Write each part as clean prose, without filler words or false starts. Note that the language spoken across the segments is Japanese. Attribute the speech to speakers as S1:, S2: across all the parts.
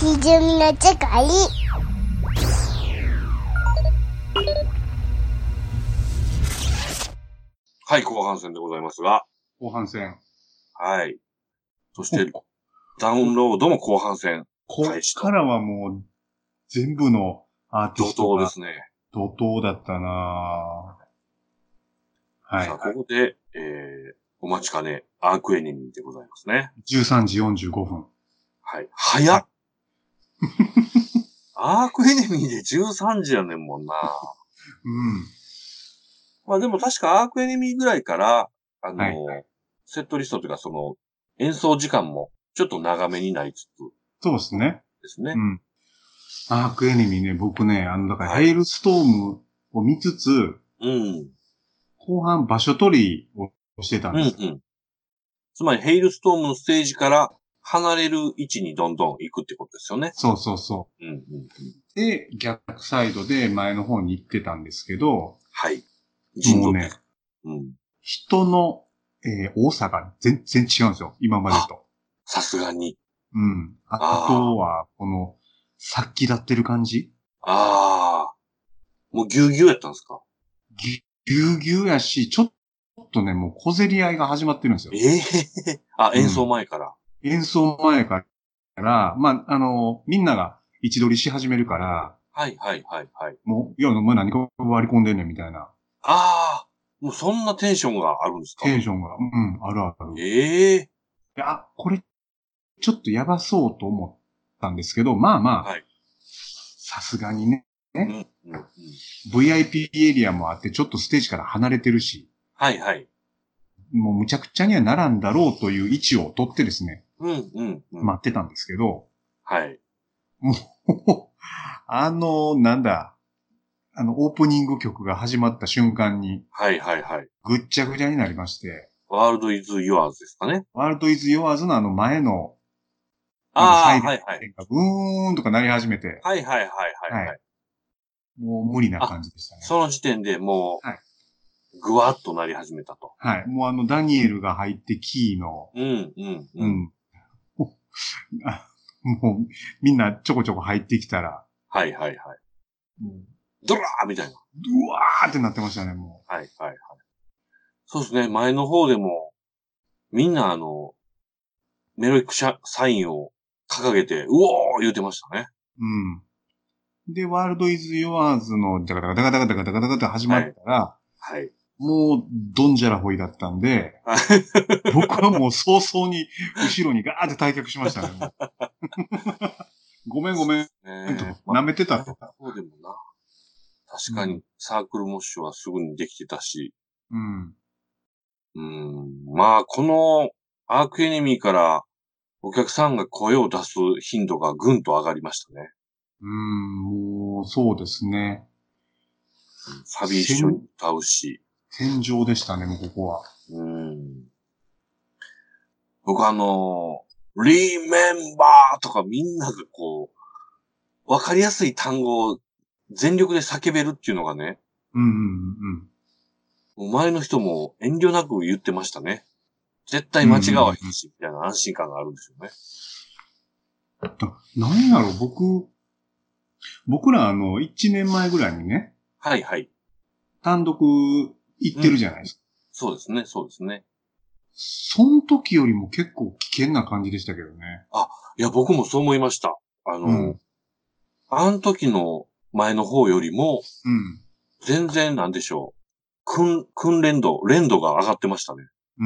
S1: ひじゅみの世界。
S2: はい、後半戦でございますが。
S3: 後半戦。
S2: はい。そして、ダウンロードも後半戦。
S3: こっからはもう、全部のアーティストが。
S2: 怒涛ですね。
S3: 怒涛だったなぁ。はい。
S2: さあ、ここで、お待ちかね、アークエニミーでございますね。
S3: 13時45分。
S2: はい。早っアークエニミーで13時やねんもんな。
S3: うん。
S2: まあでも確かアークエニミーぐらいから、
S3: はい、
S2: セットリストというか演奏時間もちょっと長めになりつつ。
S3: そうですね。
S2: ですね。
S3: うん。アークエニミーね、僕ね、だから、
S2: はい
S3: ヘイルストームを見つつ、
S2: うん。
S3: 後半場所取りをしてたんです。
S2: うんうん。つまり、ヘイルストームのステージから離れる位置にどんどん行くってことですよね。
S3: そうそうそう。
S2: うんうんうん、
S3: で、逆サイドで前の方に行ってたんですけど、
S2: はい。
S3: もうね、
S2: うん、
S3: 人の、多さが全然違うんですよ、今までと。
S2: さすがに。
S3: うん。あとは、この、殺気立ってる感じ。
S2: ああ。もうギュウギュウやったんですか？
S3: ぎゅうぎゅうやし、ちょっとね、もう小競り合いが始まってるんですよ。
S2: 演奏前から。
S3: 演奏前から、まあ、みんなが位置取りし始めるから、
S2: はいはいはいはい。
S3: もう、いや、お前何か割り込んでんねんみたいな。
S2: ああ。もうそんなテンションがあるんですか？
S3: テンションが、うん、あるある。
S2: ええ
S3: これ、ちょっとやばそうと思ったんですけど、まあまあ、
S2: はい。
S3: さすがにね、
S2: うんうんうん。
S3: VIP エリアもあって、ちょっとステージから離れてるし、
S2: はいはい。
S3: もうむちゃくちゃにはならんだろうという位置を取ってですね、
S2: うんうんうん。
S3: 待ってたんですけど、
S2: はい。
S3: もう、なんだ、オープニング曲が始まった瞬間に、
S2: はいはいはい。
S3: ぐっちゃぐちゃになりまして、
S2: ワールドイズ・ユアーズですかね。
S3: ワールドイズ・ヨアーズの前の、サ
S2: ああ、
S3: イレン
S2: はいはい。
S3: がブーンとか鳴り始めて、
S2: はいはいはいはい
S3: はい。
S2: はい。
S3: もう無理な
S2: あ、
S3: 感じでしたね。
S2: その時点でも
S3: はい。
S2: う、ぐわっとなり始めたと。
S3: はい。もうダニエルが入ってキーの、
S2: うんうんう
S3: うんん。あもう、みんなちょこちょこ入ってきたら、
S2: はいはいはい。
S3: もう、
S2: ドラーみたいな。
S3: うわーってなってましたね、も
S2: はいはいはい。そうですね。前の方でも、みんなメロディックサインを掲げて、うおー言うてましたね。
S3: う。うん。で、ワールドイズ・ヨアーズのダカダカダカダカダカダカダカって始ま
S2: はい。
S3: ったら、
S2: はい。
S3: もう、ドンジャラホイだったんで、僕はもう早々に後ろにガーって退却しましたね。もうごめんごめんと、
S2: まあ、
S3: 舐めてたと。
S2: そうでもな。確かに、
S3: うん。
S2: サークルモッシュはすぐにできてたし、
S3: うん。
S2: まあ、このアークエネミーからお客さんが声を出す頻度がぐんと上がりましたね。
S3: もう、そうですね。
S2: サビ一緒に歌うし。
S3: 天井でしたね、もうここは。
S2: 僕リメンバーとかみんながこう、わかりやすい単語を全力で叫べるっていうのがね、
S3: うんうん
S2: もう前の人も遠慮なく言ってましたね。絶対
S3: うん。
S2: 間違わへんし、みたいな安心感があるんですよね。
S3: 何やろ、僕ら1年前ぐらいにね、
S2: はいはい。
S3: 単独行ってるじゃないですか。
S2: そうですね、そうですね。
S3: その時よりも結構危険な感じでしたけどね。
S2: いや、僕もそう思いました。
S3: うん。
S2: あの時の前の方よりも、
S3: うん。
S2: 全然なんでしょう。連度が上がってましたね。
S3: うん。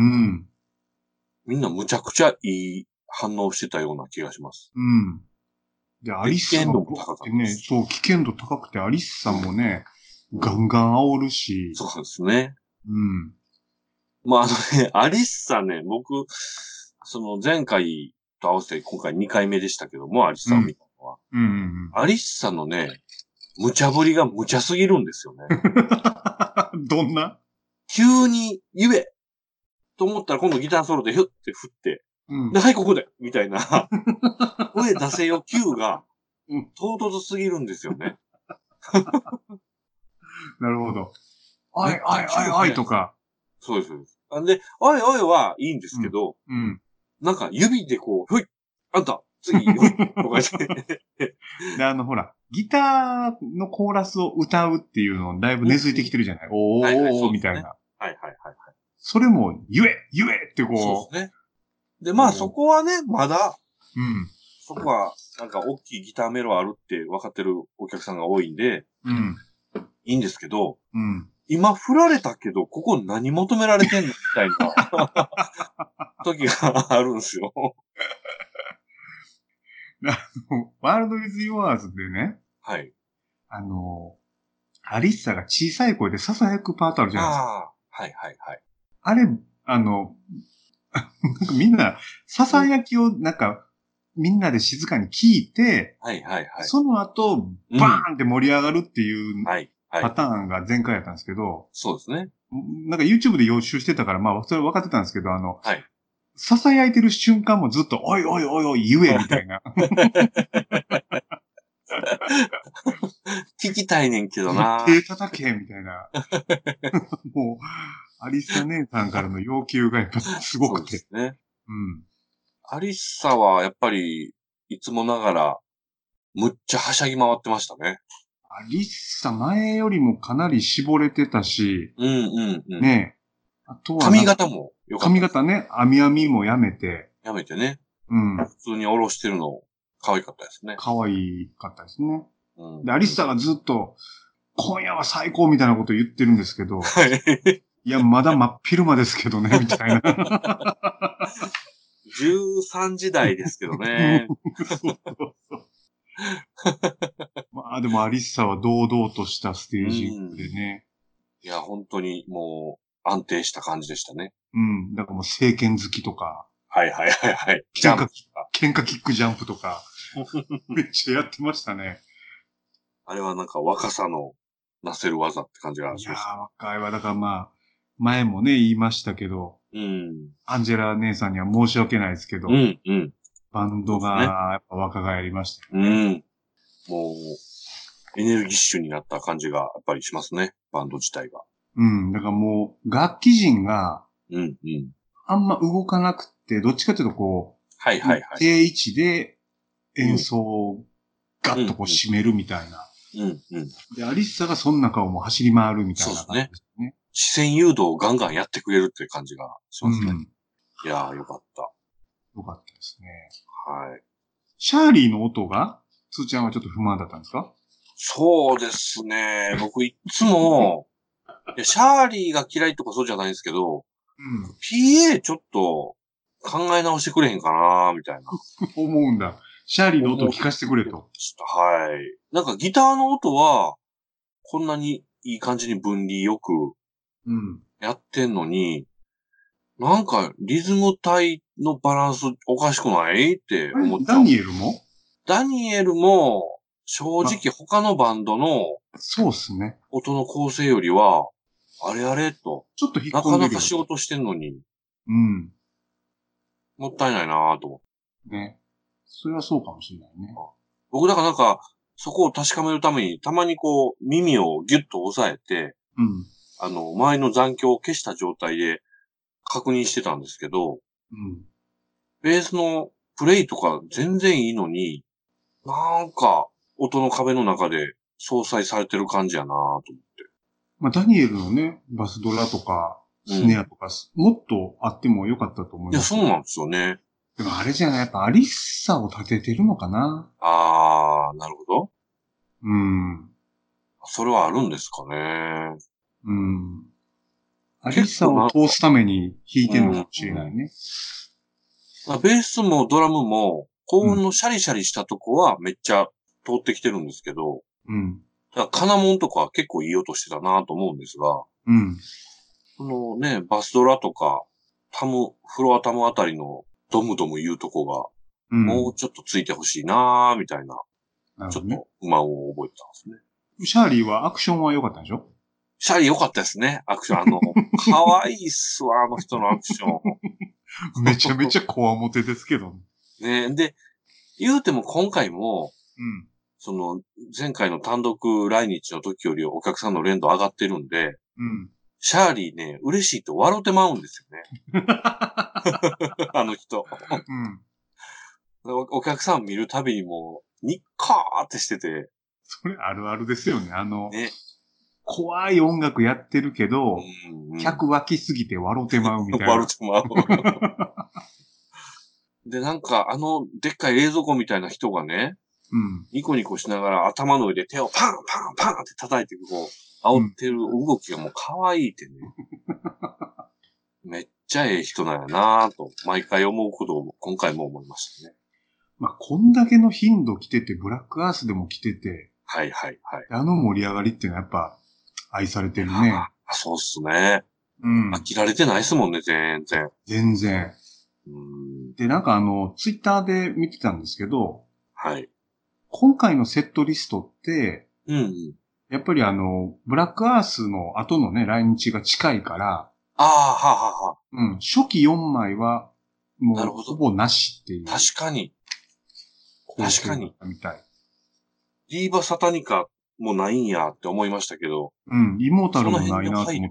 S2: みんなむちゃくちゃいい反応してたような気がします。
S3: うん。で、ア
S2: で、
S3: リッサが
S2: 危険度も
S3: ブワってね、
S2: 高かったし。
S3: そう、危険度高くて、アリッサもね、
S2: うん
S3: ガンガン煽るし、
S2: そうなんですね。
S3: うん。
S2: まあアリッサね、僕、前回と合わせて今回2回目でしたけども、アリッサを見たのは。
S3: うんうん
S2: アリッサのね、無茶ぶりが無茶すぎるんですよね。
S3: うん。どんな
S2: 急に言えと思ったら今度ギターソロでヒュッて振って、
S3: うん。
S2: で、はい、ここでみたいな、声出せよ Q が
S3: うん
S2: 唐突すぎるんですよね。
S3: なるほど。あい、
S2: めっちゃ
S3: あい、あい、あいとか。
S2: そうです、そうです。んで、おいおいはいいんです
S3: うん。
S2: けど、
S3: うん。
S2: なんか指でこう、ふい、あんた、 次、とか言って。
S3: で、ほら、ギターのコーラスを歌うっていうのだいぶ根付いてきてるじゃない、おー
S2: はいはい、
S3: おーみたいな。
S2: はいはいはいはい。
S3: それも、言えってこう。
S2: そうですね。で、まあそこはね、まだ、
S3: うん。
S2: そこは、なんか大きいギターメロあるって分かってるお客さんが多いんで、
S3: うん。
S2: いいんですけど、
S3: うん。
S2: 今振られたけど、ここ何求められてんのみたいな時があるんですよ。
S3: ワールドウィズ・ヨアーズでね、
S2: はい。
S3: アリッサが小さい声で囁くパートあるじゃないですか。
S2: ああ、はいはいはい。
S3: あれ、なんかみんな、囁きをなんか、みんなで静かに聞いて、
S2: はいはいはい。
S3: その後、バーンって盛り上がるっていう
S2: はいはい。
S3: パターンが前回やったんですけど、
S2: そうですね。
S3: なんか YouTube で予習してたから、まあ、それ分かってたんですけど、
S2: はい。
S3: 囁いてる瞬間もずっと、おいおいおいおい言え、みたいな。
S2: 聞きたいねんけどな。
S3: 手叩け、みたいな。もう、アリサ姉さんからの要求がやっぱすごくて。
S2: そうですね。
S3: うん。
S2: アリッサはやっぱり、いつもながら、むっちゃはしゃぎ回ってましたね。
S3: アリッサ前よりもかなり絞れてたし、
S2: うんうんうん。
S3: ねえ。あとは
S2: 髪型もよかった。
S3: 髪型ね、編みもやめて。
S2: やめてね。
S3: うん。
S2: 普通に下ろしてるの、可愛かったですね。
S3: 可愛かったですね。
S2: うん。
S3: で、アリッサがずっと、今夜は最高みたいなこと言ってるんですけど、
S2: はい。
S3: いや、まだ真っ昼間ですけどね、みたいな。
S2: 13時台ですけどね。
S3: まあでもアリッサは堂々としたステージでね。
S2: いや、本当にもう安定した感じでしたね。
S3: うん。だからもう政権好きとか、
S2: はいはいはいはい。ジャンプ
S3: 喧嘩キックジャンプとか、めっちゃやってましたね。
S2: あれはなんか若さのなせる技って感じが
S3: いやー、
S2: しました。
S3: 若いわ。だからまあ、前もね、言いましたけど、
S2: うん。
S3: アンジェラ姉さんには申し訳ないですけど、
S2: うんうん。
S3: バンドがやっぱ若返りましたよね。
S2: うん。もう、エネルギッシュになった感じがやっぱりしますね。バンド自体が。
S3: うん。だからもう、楽器陣が
S2: うんうん。
S3: あんま動かなくて、どっちかというとこう、
S2: はいはいはい。
S3: 定位置で演奏をガッとこう締めるみたいな。
S2: うんうん。
S3: で、アリッサがその中をもう走り回るみたいな感じですね。
S2: 視線誘導をガンガンやってくれるっていう感じがしますね。
S3: うん。
S2: いやーよかった。
S3: よかったですね。
S2: はい。
S3: シャーリーの音が、つーちゃんはちょっと不満だったんですか？
S2: そうですね。僕いつも、いやシャーリーが嫌いとかそうじゃないんですけど、
S3: うん。
S2: PA ちょっと考え直してくれへんかなみたいな。
S3: 思うんだ。シャーリーの音を聞かせてくれと。
S2: はい。なんかギターの音は、こんなにいい感じに分離よく
S3: うん。
S2: やってんのに、なんかリズム体のバランスおかしくないって思っちゃう。
S3: ダニエルも
S2: ダニエルも、正直他のバンドの
S3: そうっすね。
S2: 音の構成よりは、あれあれと、
S3: ちょっと引っ
S2: なか
S3: 込んでるよ。
S2: なか仕事してんのに、
S3: うん。
S2: もったいないなぁと思って。
S3: ね。それはそうかもしれないね。
S2: 僕だからなんか、そこを確かめるために、たまにこう、耳をギュッと押さえて、
S3: うん。
S2: 周りの残響を消した状態で確認してたんですけど、
S3: うん。
S2: ベースのプレイとか全然いいのに、なんか、音の壁の中で相殺されてる感じやなぁと思って。
S3: まあ、ダニエルのね、バスドラとか、スネアとか、もっとあってもよかったと思い
S2: いや、
S3: ます。
S2: そうなんですよね。
S3: でもあれじゃない、やっぱアリッサを立ててるのかな。
S2: なるほど。
S3: うん。
S2: それはあるんですかね。
S3: うん。アリッサを通すために弾いてるのかもしれないね。
S2: ベースもドラムも、高音のシャリシャリしたとこはめっちゃ通ってきてるんですけど、
S3: うん。
S2: だから金門とかは結構いい音してたなと思うんですが、
S3: うん。
S2: そのね、バスドラとか、フロアタムあたりのドムドム言うとこが、
S3: うん。
S2: もうちょっとついてほしいなみたいな、ちょっ
S3: なるほどね。
S2: と不満を覚えてたんですね。
S3: シャーリーはアクションは良かったでしょ？
S2: シャリ良かったですね、アクション。可愛いっすわ、あの人のアクション。
S3: めちゃめちゃこわもてですけど
S2: ね。で、言うても今回も、
S3: うん。
S2: その、前回の単独来日の時よりお客さんの連度上がってるんで、
S3: うん。
S2: シャーリーね、嬉しいと笑うてまうんですよね。あの人。
S3: うん。
S2: お客さん見るたびにもう、ニッカーってしてて。
S3: それあるあるですよね。
S2: ね。
S3: 怖い音楽やってるけど、客湧きすぎて笑うてまうみたいな。
S2: 笑うてまう。で、なんか、でっかい冷蔵庫みたいな人がね、ニコニコしながら頭の上で手をパンパンパンって叩いて、こう、煽ってる動きがもう可愛いってね。めっちゃええ人なんやなぁと、毎回思うことを今回も思いましたね。
S3: まあ、こんだけの頻度来てて、ブラックアースでも来てて、
S2: はいはいはい。
S3: 盛り上がりっていうのはやっぱ愛されてるね。
S2: そうっすね。飽きられてないっすもんね、全然。
S3: 全然。で、なんかツイッターで見てたんですけど、
S2: はい。
S3: 今回のセットリストって、やっぱりブラックアースの後のね、来日が近いから、初期4枚は、もう、ほぼなしっていう。
S2: 確かに。確かに。
S3: みたい。
S2: ディーバサタニカもないんやって思いましたけど。
S3: イモータルもないなと思って。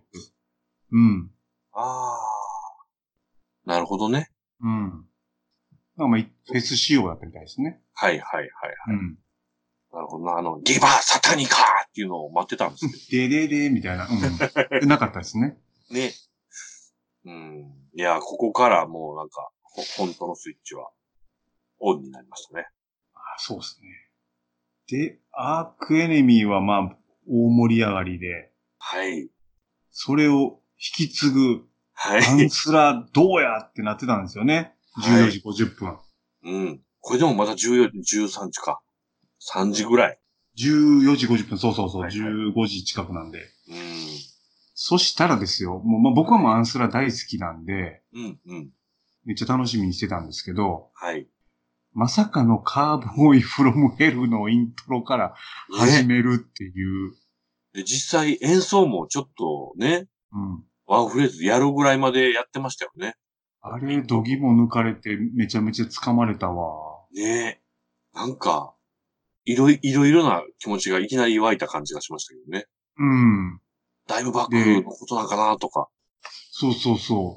S2: なるほどね。
S3: まあ、フェス仕様だったみたいですね。
S2: はいはいはいはい。なるほどな。ディーバサタニカっていうのを待ってたんですけ
S3: ど。でででみたいな。なかったですね。
S2: ね。いや、ここからもうなんか、本当のスイッチはオンになりましたね。
S3: そうですね。で、アークエネミーはまあ、大盛り上がりで。
S2: はい。
S3: それを引き継ぐ、アンスラどうやってなってたんですよね。14時50分。
S2: これでもまだ13時か。3時ぐらい。
S3: 14時50分、そう。15時近くなんで。そしたらですよ、もう僕はもうアンスラ大好きなんで、めっちゃ楽しみにしてたんですけど、まさかのカーボーイフロムヘルのイントロから始めるっていう。
S2: で、実際演奏もちょっとね、ワンフレーズやるぐらいまでやってましたよね。
S3: あれ、度肝抜かれてめちゃめちゃ掴まれたわ。
S2: ねえ。なんか、いろいろな気持ちがいきなり湧いた感じがしましたけどね。ダイブバックのことなんかなとか。
S3: そう。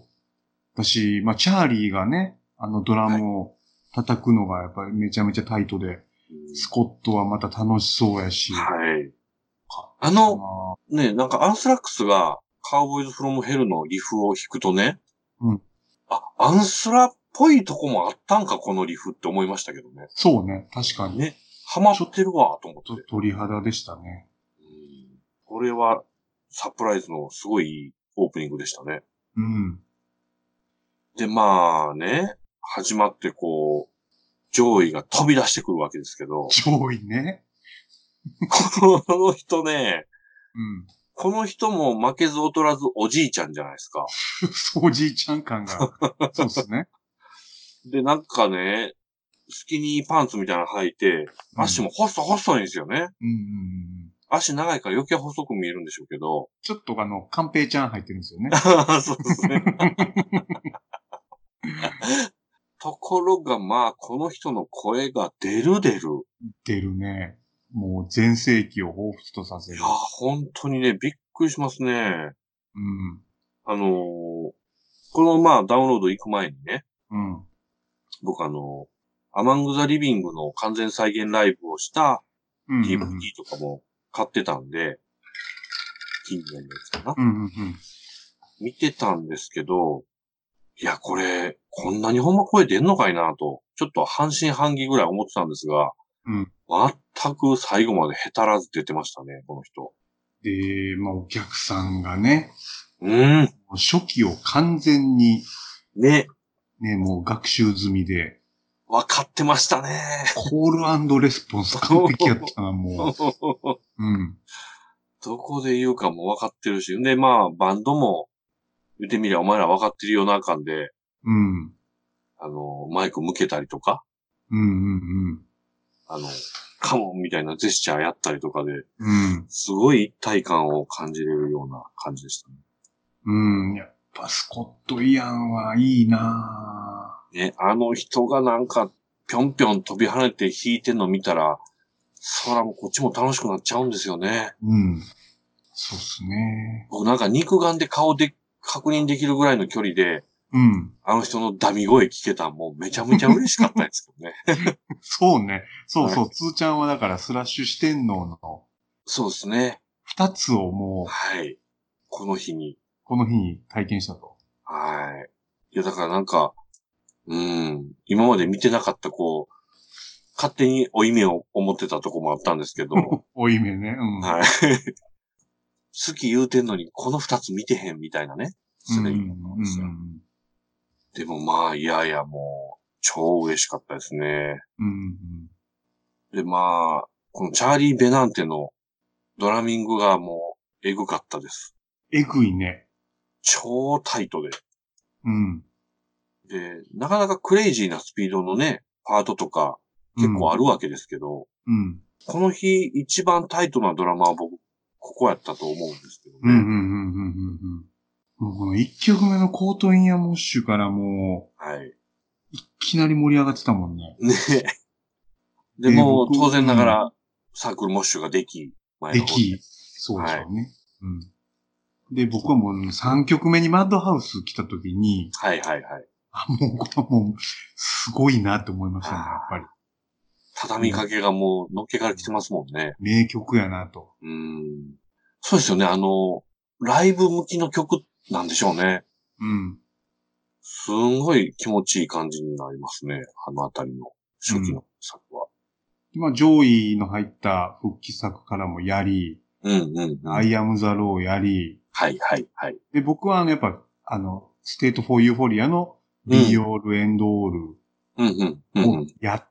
S3: 私、まあ、チャーリーがね、ドラムを叩くのがやっぱりめちゃめちゃタイトで、スコットはまた楽しそうやし。
S2: ね、なんかアンスラックスがカウボーイズフロムヘルのリフを弾くとね、アンスラっぽいとこもあったんか、このリフって思いましたけどね。
S3: そうね、確かに。
S2: ね、ハマってるわ、と思って。
S3: 鳥肌でしたね。
S2: これはサプライズのすごいいいオープニングでしたね。で、まあね、始まってこう、上位が飛び出してくるわけですけど。
S3: 上位ね。
S2: この人ね、この人も負けず劣らずおじいちゃんじゃないですか。
S3: おじいちゃん感が。そうですね。
S2: で、なんかね、スキニーパンツみたいなの履いて、足も細いんですよね。足長いから余計細く見えるんでしょうけど。
S3: ちょっとカンペイちゃん入ってるんですよね。
S2: そうですね。ところがまあ、この人の声が出る。
S3: 出るね。もう全盛期を彷彿とさせる。
S2: いや、本当にね、びっくりしますね。このまあ、ダウンロード行く前にね。僕アマング・ザ・リビングの完全再現ライブをした DVD とかも買ってたんで、近年のやつかな。見てたんですけど、いや、これ、こんなにほんま声出んのかいなと、ちょっと半信半疑ぐらい思ってたんですが、全く最後までへたらず出てましたね、この人。
S3: で、まあ、お客さんがね、
S2: 初
S3: 期を完全に、
S2: ね、
S3: もう学習済みで。
S2: 分かってましたね。
S3: コール&レスポンス完璧やったな、もう。
S2: どこで言うかも分かってるし、で、まあ、バンドも、言ってみりゃお前ら分かってるようなあかんで、マイク向けたりとか、カモンみたいなジェスチャーやったりとかで、すごい一体感を感じれるような感じでしたね。
S3: やっぱスコット・イアンはいいな
S2: ぁ。ね、あの人がなんか、ぴょんぴょん飛び跳ねて弾いてんの見たら、そらもうこっちも楽しくなっちゃうんですよね。
S3: そうっすね。
S2: 僕なんか肉眼で顔で確認できるぐらいの距離で、
S3: うん。
S2: あの人のダミ声聞けたらもうめちゃめちゃ嬉しかったですけどね。
S3: そうね。そうそう。
S2: はい、
S3: つーちゃんはだからスラッシュ四天王の
S2: そうですね。
S3: 二つをもう、
S2: はい。この日に。
S3: この日に体験したと。
S2: はい。いや、だからなんか、今まで見てなかったこう、勝手に負い目を思ってたとこもあったんですけど、
S3: 多い目ね。うん。
S2: はい。好き言うてんのにこの二つ見てへんみたいなね。それ言ったんですよ。でもまあ、いやいやもう、超嬉しかったですね。でまあ、このチャーリー・ベナンテのドラミングがもう、エグかったです。
S3: えぐいね。
S2: 超タイトで。
S3: うん。
S2: で、なかなかクレイジーなスピードのね、パートとか結構あるわけですけど、
S3: うん。
S2: この日一番タイトなドラマは僕、ここやったと思うんですけどね。
S3: もうこの一曲目のコートインヤモッシュからもう、
S2: はい。
S3: いきなり盛り上がってたもんね。
S2: ね。でも、当然ながら、サークルモッシュができ、
S3: でき、そうでしょうね。うん。で、僕はもう3曲目にマッドハウス来た時に、
S2: はいはいはい。
S3: もう、これはもう、すごいなって思いましたね、やっぱり。
S2: 畳みかけがもう、のっけから来てますもんね。
S3: 名曲やなと。
S2: そうですよね、ライブ向きの曲なんでしょうね。
S3: うん。
S2: すんごい気持ちいい感じになりますね。あのあたりの初期の作は。
S3: 今、上位の入った復帰作からもやり、I am the law やり、
S2: はいはいはい。
S3: で、僕はやっぱ、State for Euphoria の Be All and All をやって、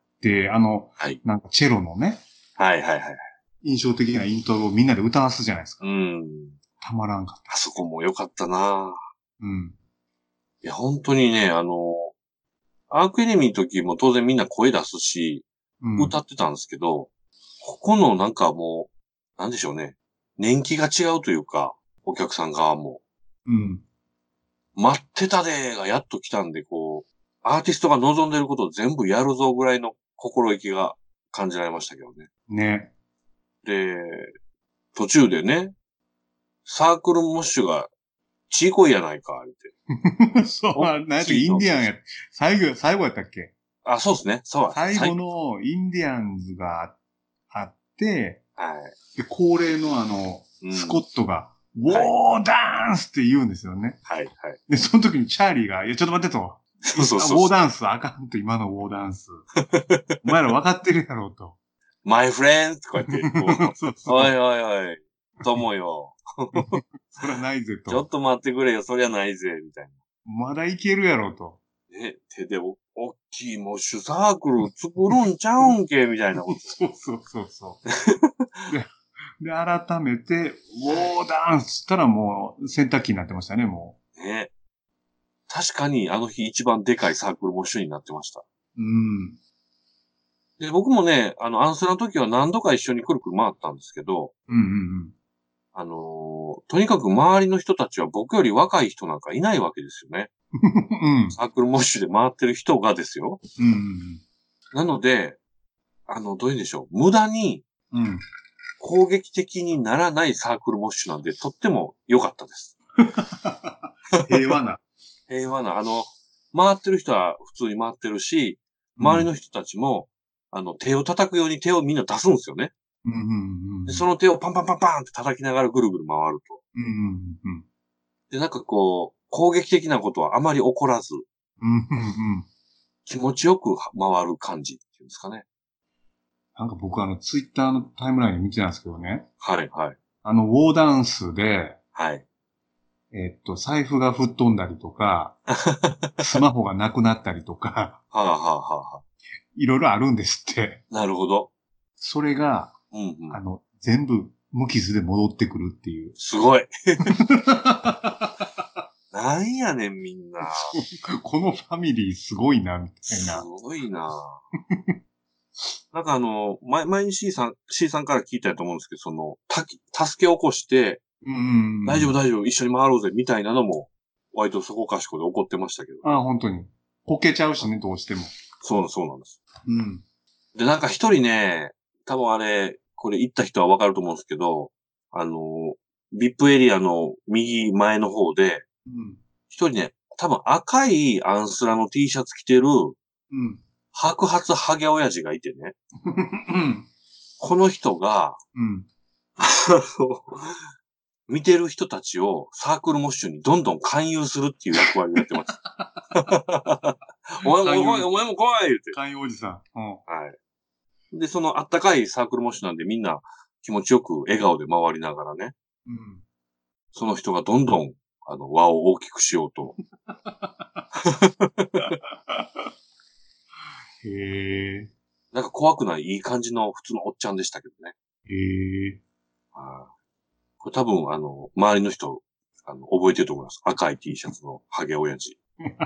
S3: なんかチェロのね、
S2: はいはいはい。
S3: 印象的なイントロをみんなで歌わすじゃないですか。たまらんかった。
S2: あそこも良かったな。
S3: うん。
S2: いや、本当にね、アークエネミーの時も当然みんな声出すし、歌ってたんですけど、ここのなんかもう、なんでしょうね。年季が違うというか、お客さん側も。待ってたでーがやっと来たんで、こう、アーティストが望んでることを全部やるぞぐらいの心意気が感じられましたけどね。
S3: ね。
S2: で、途中でね、サークルモッシュが、ちいこいやないか、
S3: って。そう、なんやインディアンや、最後やったっけ？
S2: あ、そうですね。そう
S3: 最後のインディアンズがあって、
S2: はい。
S3: で、恒例のスコットが、ウォーダンスって言うんですよね。
S2: はい、はい。
S3: で、その時にチャーリーが、いや、ちょっと待ってと。
S2: そうそうそう。
S3: ウォーダンスあかんと、今のウォーダンス。お前ら分かってるやろうと。
S2: My friend! とか言って、そうそうおいおいおい、友よ。
S3: そりゃないぜと。
S2: ちょっと待ってくれよ、そりゃないぜ、みたいな。
S3: まだいけるやろうと。
S2: ね、手でおっきいモッシュサークル作るんちゃうんけ、みたいなこと。
S3: そうで、改めて、ウォーダンスしたらもう洗濯機になってましたね、もう。
S2: ね。確かにあの日一番でかいサークルモッシュになってました。で、僕もね、アンスラの時は何度か一緒にくるくる回ったんですけど、とにかく周りの人たちは僕より若い人なんかいないわけですよね。サークルモッシュで回ってる人がですよ。なので、どういうんでしょう。無駄に、攻撃的にならないサークルモッシュなんで、とっても良かったです。
S3: 平和な。
S2: 平和な。回ってる人は普通に回ってるし、周りの人たちも、手を叩くように手をみんな出すんですよね。でその手をパンパンパンパンって叩きながらぐるぐる回ると。で、なんかこう、攻撃的なことはあまり起こらず、気持ちよく回る感じっていうんですかね。
S3: なんか僕ツイッターのタイムラインで見てたんですけどね。
S2: はいはい。
S3: ウォーダンスで、
S2: はい。
S3: 財布が吹っ飛んだりとか、スマホがなくなったりとか、
S2: はあはあはあ。
S3: いろいろあるんですって。
S2: なるほど。
S3: それが、全部無傷で戻ってくるっていう。
S2: すごい。なんやねん、みんな。
S3: このファミリーすごいな、みたいな。
S2: すごいな。なんか前に C さんから聞いたと思うんですけど、助け起こして、大丈夫大丈夫、一緒に回ろうぜ、みたいなのも、割とそこかしこで起こってましたけど。
S3: ああ、本当に。こけちゃうしね、どうしても。
S2: そうなんです。で、なんか一人ね、多分あれ、これ行った人はわかると思うんですけど、VIP エリアの右前の方で、一人ね、 多分赤いアンスラの T シャツ着てる、白髪ハゲ親父がいてね。この人が、見てる人たちをサークルモッシュにどんどん勧誘するっていう役割をやってます。お前も来い言って。
S3: 勧誘おじさん。
S2: はい。で、そのあったかいサークルモッシュなんでみんな気持ちよく笑顔で回りながらね。その人がどんどん、輪を大きくしようと。
S3: へえ。
S2: なんか怖くないいい感じの普通のおっちゃんでしたけどね。
S3: へえ。
S2: これ多分、周りの人、覚えてると思います。赤い T シャツのハゲ親父。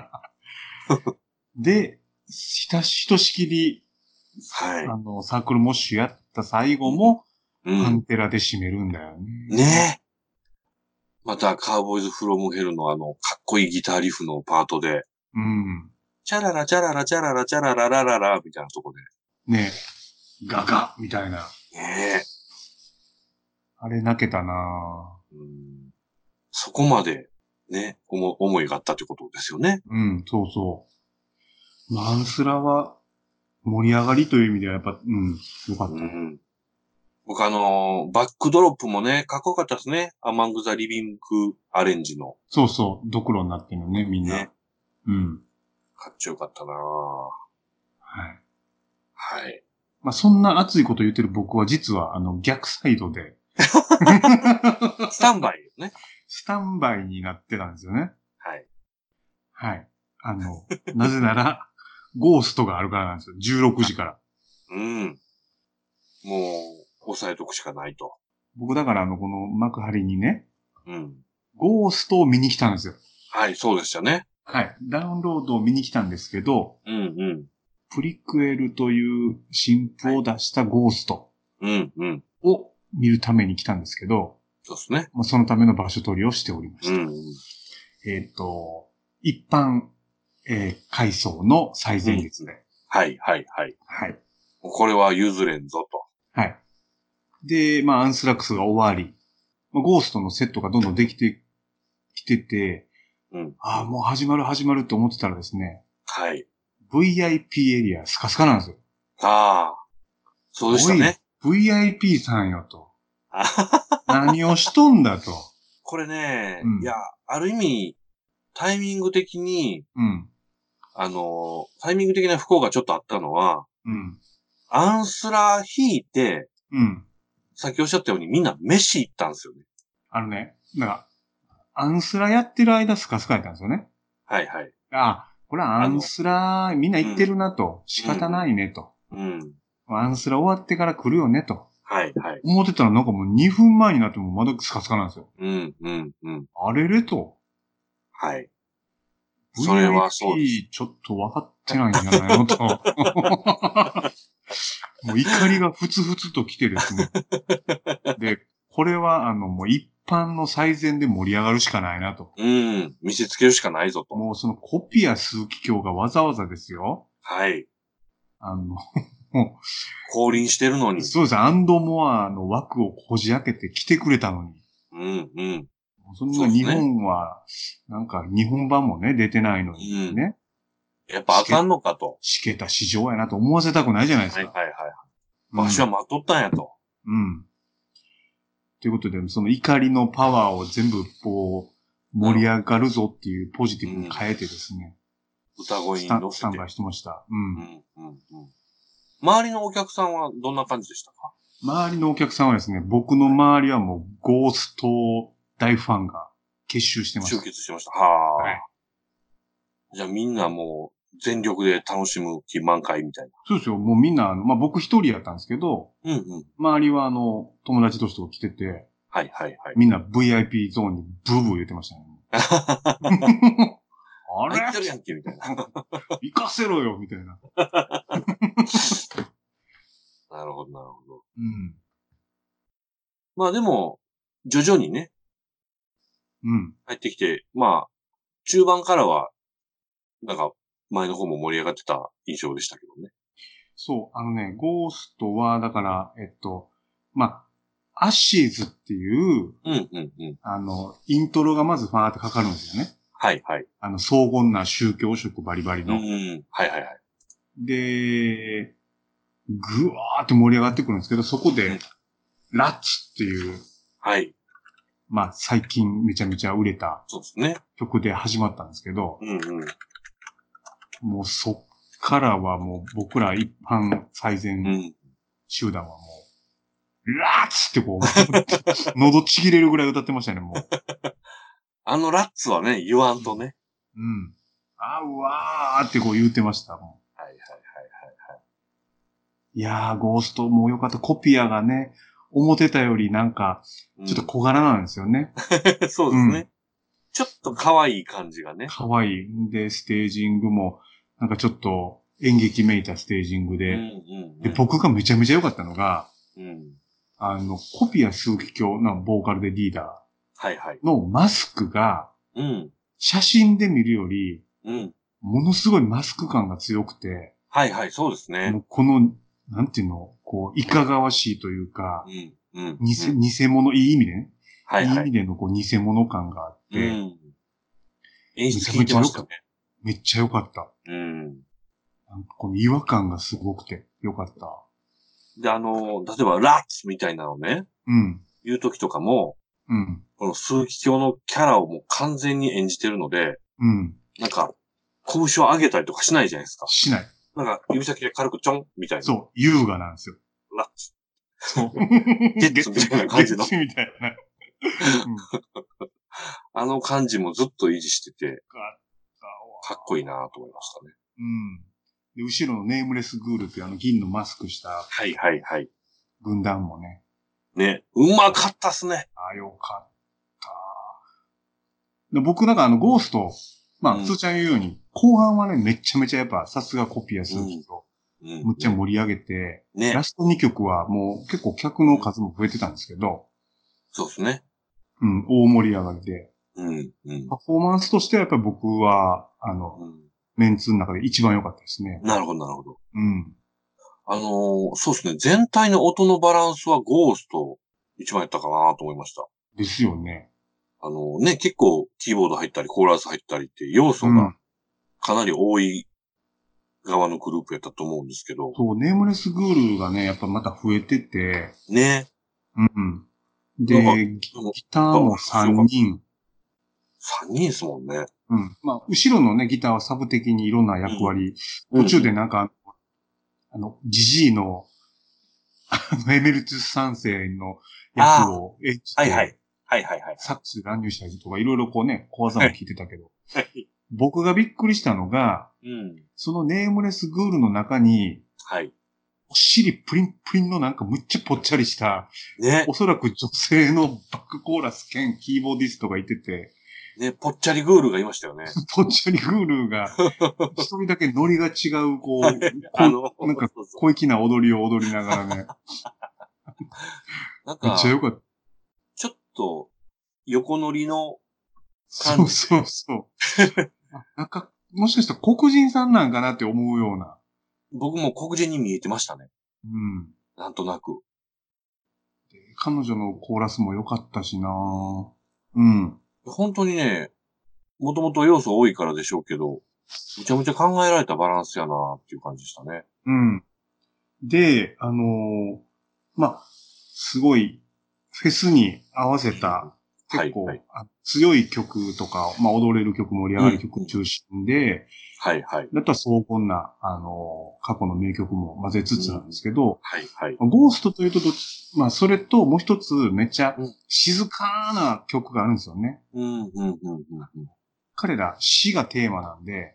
S3: で、ひとしきり、
S2: はい。
S3: サークルモッシュやった最後も、パンテラで締めるんだよね。
S2: ねえ。また、カウボーイズフロムヘルのかっこいいギターリフのパートで、チャララチャララチャララチャラララララみたいなとこで。
S3: ねえ。ガガみたいな。
S2: ねえ。
S3: あれ泣けたな
S2: ぁ。そこまで、ね、思いがあったってことですよね。
S3: そうそう。アンスラは、盛り上がりという意味ではやっぱ、よかった。
S2: 僕バックドロップもね、かっこよかったですね。アマングザリビングアレンジの。
S3: そうそう。ドクロになってるのね、みんな。ね。
S2: かっちょよかったなぁ。
S3: はい。
S2: はい。
S3: まあ、そんな熱いこと言ってる僕は実は、逆サイドで。
S2: スタンバイよね。
S3: スタンバイになってたんですよね。
S2: はい。
S3: はい。なぜなら、ゴーストがあるからなんですよ。16時から。
S2: もう、押さえとくしかないと。
S3: 僕だからこの幕張にね。ゴーストを見に来たんですよ。
S2: はい、そうでしたね。
S3: はい。ダウンロードを見に来たんですけど。プリクエルという新譜を出したゴースト。を見るために来たんですけど。
S2: そうですね。
S3: そのための場所取りをしておりました。一般、階層の最前列で。
S2: はい。これは譲れんぞと。
S3: はい。で、アンスラックスが終わり、ゴーストのセットがどんどんできてきてて、もう始まるって思ってたらですね。
S2: はい。
S3: VIP エリアスカスカなんですよ。
S2: ああ。そうでしたね。
S3: VIP さんよと。何をしとんだと。
S2: これね、いや、ある意味、タイミング的に、タイミング的な不幸がちょっとあったのは、アンスラ引いて、さっきおっしゃったようにみんな飯行ったんですよね。
S3: アンスラやってる間スカスカやったんですよね。
S2: はい。
S3: これはアンスラみんな行ってるなと。仕方ないねと。アンスラ終わってから来るよねと。はい。思ってたらなんかもう2分前になってもまだスカスカなんですよ。あれれと。
S2: はい。それはそうです。
S3: VIP ちょっと分かってないんじゃないのと。もう怒りがふつふつと来てですね。で、これはもう一般の最善で盛り上がるしかないなと。
S2: 見せつけるしかないぞと。
S3: もうそのコピア数奇鏡がわざわざですよ。
S2: はい。
S3: もう。
S2: 降臨してるのに。
S3: そうです。アンドモアの枠をこじ開けて来てくれたのに。そんな日本は、なんか日本版もね、出てないのにね。
S2: やっぱあかんのかと。
S3: しけた市場やなと思わせたくないじゃないですか。
S2: はい。場所は待っとったんやと。
S3: ということで、その怒りのパワーを全部こう、盛り上がるぞっていうポジティブに変えてですね。
S2: 歌声に乗せて。
S3: スタンバイしてました。
S2: 周りのお客さんはどんな感じでしたか？
S3: 周りのお客さんはですね、僕の周りはもうゴースト大ファンが結集してました。
S2: 集結してました。はい。じゃあみんなもう全力で楽しむ気満開みたいな。
S3: そうですよ。もうみんな、僕一人やったんですけど、周りは友達として来てて、
S2: はい。
S3: みんな VIP ゾーンにブーブー言ってましたね。あれ
S2: 入ってるやんけみたいな。
S3: 行かせろよみたいな。
S2: なるほど。まあでも、徐々にね。入ってきて、中盤からは、なんか、前の方も盛り上がってた印象でしたけどね。
S3: そう、ゴーストは、だから、アッシーズっていう、イントロがまずファーってかかるんですよね。
S2: はいはい。
S3: 荘厳な宗教色バリバリの。
S2: うん。はいはいはい。
S3: で、ぐわーって盛り上がってくるんですけど、そこで、ラッチっていう、
S2: はい。
S3: まあ、最近めちゃめちゃ売れた
S2: そうですね。
S3: 曲で始まったんですけど、
S2: うんうん。
S3: もうそっからはもう僕ら一般最善集団はもう、ラッチってこう、喉ちぎれるぐらい歌ってましたね、もう。
S2: ラッツはね、言わんとね。
S3: うん。うわーってこう言ってました、も
S2: う。はいはいはいはい。
S3: いやー、ゴーストもよかった。コピアがね、思ってたよりなんか、ちょっと小柄なんですよね。
S2: そうですね。ちょっと可愛い感じがね。
S3: 可愛い。で、ステージングも、なんかちょっと演劇めいたステージングで、で、僕がめちゃめちゃ良かったのが、コピア数奇鏡のボーカルでリーダーのマスクが、写真で見るより、ものすごいマスク感が強くて、
S2: はいはい、そうですね。
S3: この、なんていうの、こう、いかがわしいというか、偽物、いい意味でね。いい意味でのこう偽物感があって、
S2: 演出聞いてましたね。
S3: めっちゃ良かった。なんかこの違和感がすごくて良かった。
S2: で、例えば、ラッツみたいなのね。言う時とかも、この数奇鏡のキャラをもう完全に演じてるので、なんか、拳を上げたりとかしないじゃないですか。
S3: しない。
S2: なんか、指先で軽くちょんみたいな。
S3: そう、優雅なんですよ。
S2: ラッツ。そう。ゲッツみたいな感じの。
S3: ゲッツみたいな。
S2: あの感じもずっと維持してて、かっこいいなと思いましたね。
S3: で、後ろのネームレスグールっていう銀のマスクした。
S2: はいはいはい。
S3: 軍団もね。
S2: ね。うまかったっすね。
S3: よかった。で僕なんかゴースト、まあ、普通ちゃん言うように、後半はね、めちゃめちゃやっぱさすがコピアする人、むっちゃ盛り上げて、ラスト2曲はもう結構客の数も増えてたんですけど、
S2: そうですね。
S3: 大盛り上がりで、パフォーマンスとしてはやっぱり僕は、メンツの中で一番良かったですね。
S2: なるほど、なるほど。そうですね。全体の音のバランスはゴースト一番やったかなと思いました。
S3: ですよね。
S2: 結構キーボード入ったり、コーラス入ったりって要素がかなり多い側のグループやったと思うんですけど。
S3: そう、ネームレスグールがね、やっぱまた増えてて。
S2: ね。
S3: で、ギターも3人。
S2: 3人ですもんね。
S3: まあ、後ろのね、ギターはサブ的にいろんな役割。途中でなんか、ジジイの、エメルトゥス3世の役を演じて、
S2: はい。
S3: サックス乱入したりとか、いろいろこうね、小技も聞いてたけど。僕がびっくりしたのが、そのネームレスグールの中に、お尻プリンプリンのなんかむっちゃぽっちゃりした、おそらく女性のバックコーラス兼キーボーディストがいてて、
S2: ぽっちゃりグールがいましたよね。
S3: ぽっちゃりグールが、一人だけノリが違う、こう、なんか小粋な踊りを踊りながらね。
S2: なんか、
S3: めっちゃよかった。
S2: ちょっと、横乗りの
S3: 感じ。そう。なんか、もしかしたら黒人さんなんかなって思うような。
S2: 僕も黒人に見えてましたね。なんとなく。
S3: 彼女のコーラスも良かったしな
S2: 本当にね、もともと要素多いからでしょうけど、むちゃむちゃ考えられたバランスやなっていう感じでしたね。
S3: で、まあ、すごい、フェスに合わせた、結構、強い曲とか、まあ、踊れる曲、盛り上がる曲中心で、だったら荘厳な、過去の名曲も混ぜつつなんですけど、ゴーストというとまあ、それともう一つめっちゃ静かな曲があるんですよね。彼ら死がテーマなんで、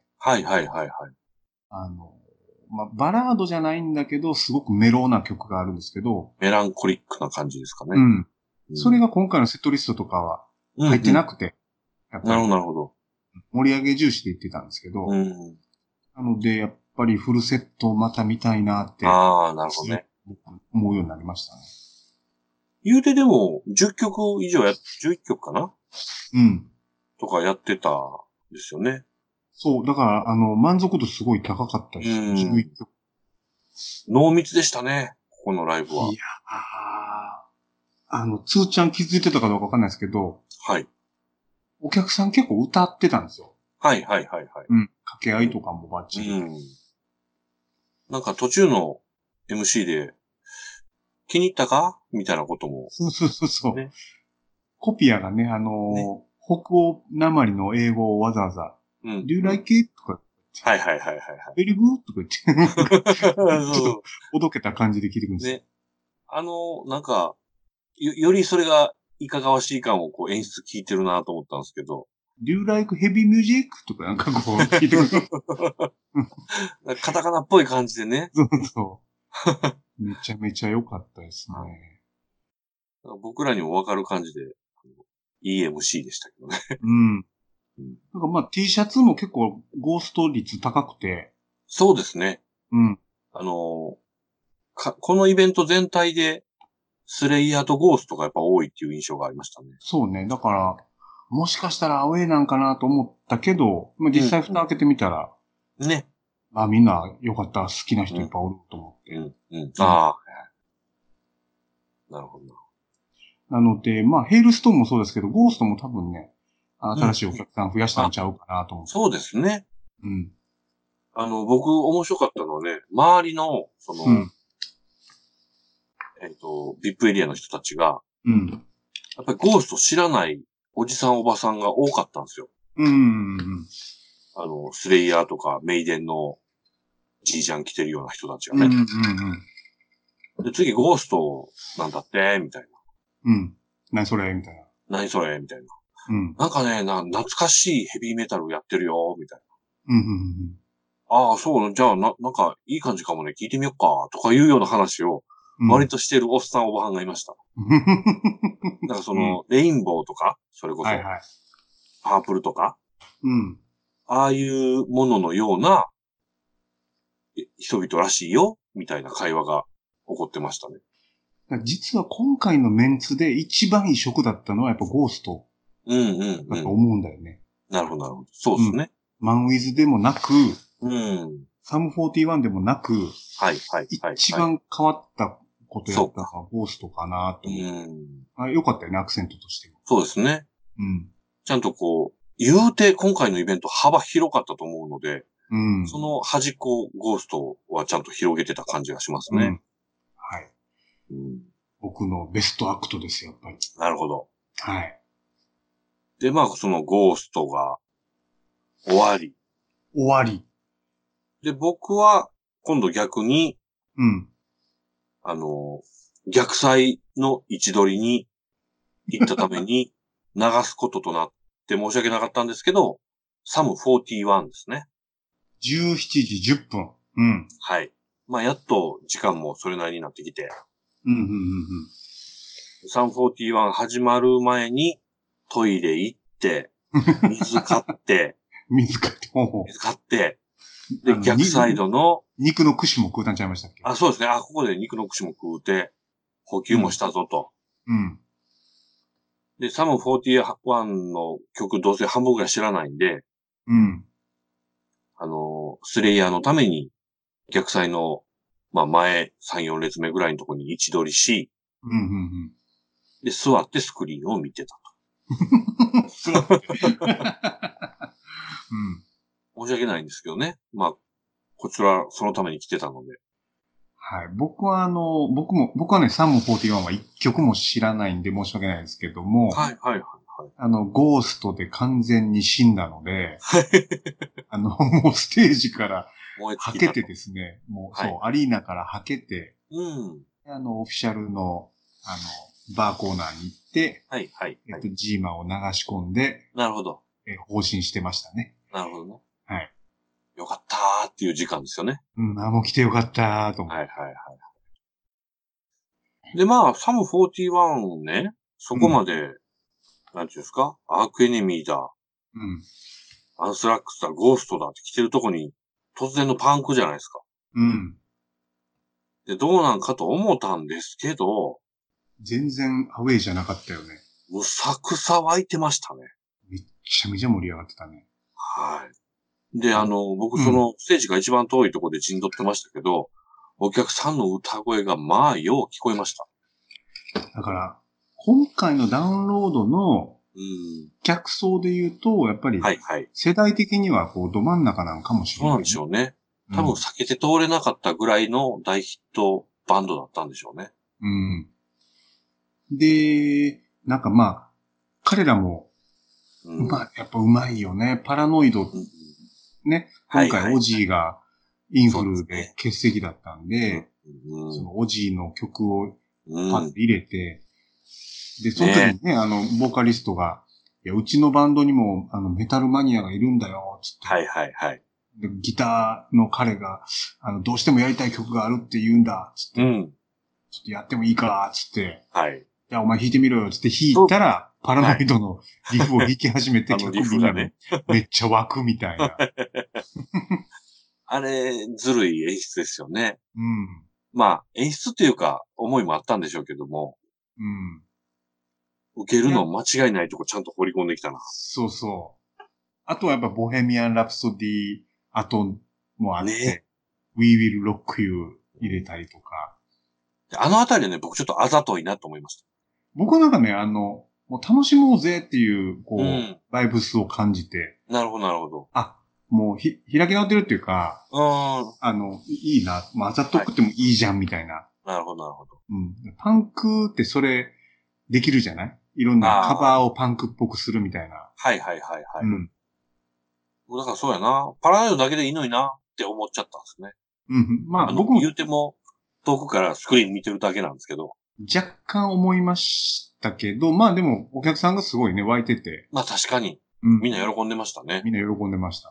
S3: まあ、バラードじゃないんだけど、すごくメローな曲があるんですけど。
S2: メランコリックな感じですかね。
S3: それが今回のセットリストとかは入ってなくて。
S2: なるほど。
S3: 盛り上げ重視で言ってたんですけど。なので、やっぱりフルセットまた見たいなって。
S2: なるほどね。
S3: 思うようになりましたね。
S2: 言うてでも、10曲以上11曲かなとかやってたんですよね。
S3: そう、だから、満足度すごい高かったし、11曲。
S2: 濃密でしたね、ここのライブは。
S3: いやつーちゃん気づいてたかどうかわかんないですけど、 お客さん結構歌ってたんですよ。
S2: はいはいはいはい。
S3: うん。掛け合いとかもバッチリ。
S2: なんか途中の MC で、気に入ったかみたいなことも。
S3: そう。ね、コピアがね、北欧なまりの英語をわざわざ、Do you like it? とか。
S2: はいはいはいはい。
S3: Very good? とか言って。ちょっと、おどけた感じで聞いてくるんですよ。ね。
S2: なんか、よりそれがいかがわしい感をこう演出聞いてるなと思ったんですけど。
S3: Do you like heavy music? とかなんかこう聞いてくる。
S2: カタカナっぽい感じでね。
S3: そう。めちゃめちゃ良かったですね。
S2: 僕らにもわかる感じで、いい MC でしたけどね。
S3: なんかまあ T シャツも結構ゴースト率高くて。
S2: そうですね。このイベント全体で、スレイヤーとゴーストがやっぱ多いっていう印象がありましたね。
S3: そうね。だから、もしかしたらアウェイなんかなと思ったけど、まあ、実際蓋開けてみたら、ね。まあみんなよかった、好きな人いっぱいおると思って。ああ。なるほど。なので、まあヘイルストーンもそうですけど、ゴーストも多分ね、新しいお客さん増やしたんちゃうかなと思って。
S2: そうですね。僕面白かったのはね、周りの、VIP エリアの人たちが、やっぱりゴースト知らないおじさんおばさんが多かったんですよ。スレイヤーとかメイデンのジージャン着てるような人たちがね。で、次ゴーストなんだってみたい
S3: な。何それみたいな。
S2: 何それみたいな。なんかね、懐かしいヘビーメタルやってるよみたいな。ああ、そう、じゃあ、なんか、いい感じかもね、聞いてみよっか、とかいうような話を、割としてるおっさんおばはんがいました。なんかレインボーとか、それこそ、パープルとか、ああいうもののような、人々らしいよ、みたいな会話が起こってましたね。
S3: 実は今回のメンツで一番異色だったのはやっぱゴースト。だと思うんだよね。
S2: なるほど、なるほど。そうですね。
S3: マンウィズでもなく、サム41でもなく、一番変わったことやったのはゴーストかなと思う。よかったよね、アクセントとしても。
S2: そうですね。ちゃんとこう、言うて今回のイベント幅広かったと思うので、その端っこゴーストはちゃんと広げてた感じがしますね。はい。
S3: 僕のベストアクトですよ、やっぱり。
S2: なるほど。
S3: はい。
S2: で、まあ、そのゴーストが終わり。で、僕は今度逆に、逆サイの位置取りに行ったために流すこととなって申し訳なかったんですけど、サム41ですね。
S3: 17時10分。
S2: はい。まあ、やっと時間もそれなりになってきて。サム41始まる前にトイレ行って、水買って、
S3: 水買って、
S2: で、逆サイドの
S3: 肉の串も食うたんちゃいましたっけ？
S2: そうですね。ここで肉の串も食うて、補給もしたぞと。で、サム41の曲どうせ半分ぐらい知らないんで、スレイヤーのために逆サイの、まあ前3、4列目ぐらいのところに位置取りし、で、座ってスクリーンを見てたと。申し訳ないんですけどね。まあ、こちらそのために来てたので。
S3: はい。僕はね、サム41は一曲も知らないんで申し訳ないですけども。ゴーストで完全に死んだので、もうステージからはけてですね、もう、アリーナからはけて、オフィシャルの、バーコーナーに行って、ジーマを流し込んで、
S2: なるほど。
S3: 放心してましたね。
S2: なるほどね。
S3: はい。
S2: よかったーっていう時間ですよね。
S3: もう来てよかったーと思って。
S2: で、まあ、サム41ね、そこまで、なんていうんですか、アークエネミーだ。アンスラックスだ、ゴーストだって来てるとこに、突然のパンクじゃないですか。で、どうなんかと思ったんですけど、
S3: 全然アウェイじゃなかったよね。
S2: むさくさ湧いてましたね。
S3: めっちゃめちゃ盛り上がってたね。
S2: はい。で、僕そのステージが一番遠いところで陣取ってましたけど、お客さんの歌声がまあよう聞こえました。
S3: だから、今回のダウンロードの客層で言うと、やっぱり、世代的にはこう、ど真ん中なんかもしれない、
S2: そうなんでしょうね。多分避けて通れなかったぐらいの大ヒットバンドだったんでしょうね。
S3: で、なんかまあ、彼らも、やっぱうまいよね。パラノイド、ね。今回オジーがインフルで欠席だったんで、そのオジーの曲をパッと入れて、で、その時にね、ボーカリストが、いや、うちのバンドにも、メタルマニアがいるんだよ、つって。でギターの彼が、どうしてもやりたい曲があるって言うんだ、つって。ちょっとやってもいいか、つって。じゃあお前弾いてみろよ、つって弾いたら、パラノイドのリフを弾き始めて、
S2: 客みんなね、
S3: めっちゃ湧くみたいな。
S2: あれ、ずるい演出ですよね。まあ、演出っていうか、思いもあったんでしょうけども。受けるの間違いないとこちゃんと掘り込んできたな。
S3: そうそう。あとはやっぱボヘミアン・ラプソディ後もあって、We Will Rock You 入れたりとか。
S2: あのあたりはね、僕ちょっとあざといなと思いました。
S3: 僕はなんかね、もう楽しもうぜっていう、こう、バイブスを感じて。
S2: なるほど、なるほど。
S3: もう開き直ってるっていうか、いいな、あざとくてもいいじゃんみたいな。
S2: なるほど、なるほど。
S3: パンクってそれ、できるじゃない？いろんなカバーをパンクっぽくするみたいな。
S2: だからそうやな。パラノイドだけでいいのになって思っちゃったんですね。
S3: まあ僕も。
S2: 言うても、遠くからスクリーン見てるだけなんですけど。
S3: 若干思いましたけど、まあでもお客さんがすごいね、湧いてて。
S2: まあ確かに。みんな喜んでましたね。
S3: みんな喜んでました。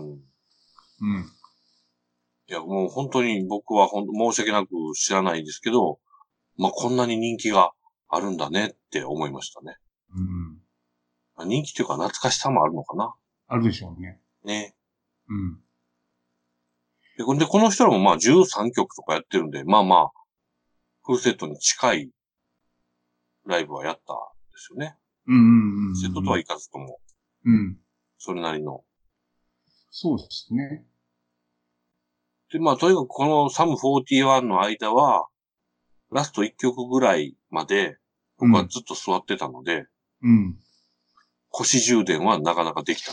S2: いや、もう本当に僕は申し訳なく知らないですけど、まあこんなに人気があるんだねって思いましたね。人気というか懐かしさもあるのかな。
S3: あるでしょうね。
S2: ね。で、この人らもまあ13曲とかやってるんで、まあまあ、フルセットに近いライブはやったんですよね。セットとはいかずとも。それなりの。
S3: そうですね。
S2: で、まあとにかくこのサム41の間は、ラスト1曲ぐらいまで、僕はずっと座ってたので、腰充電はなかなかできた。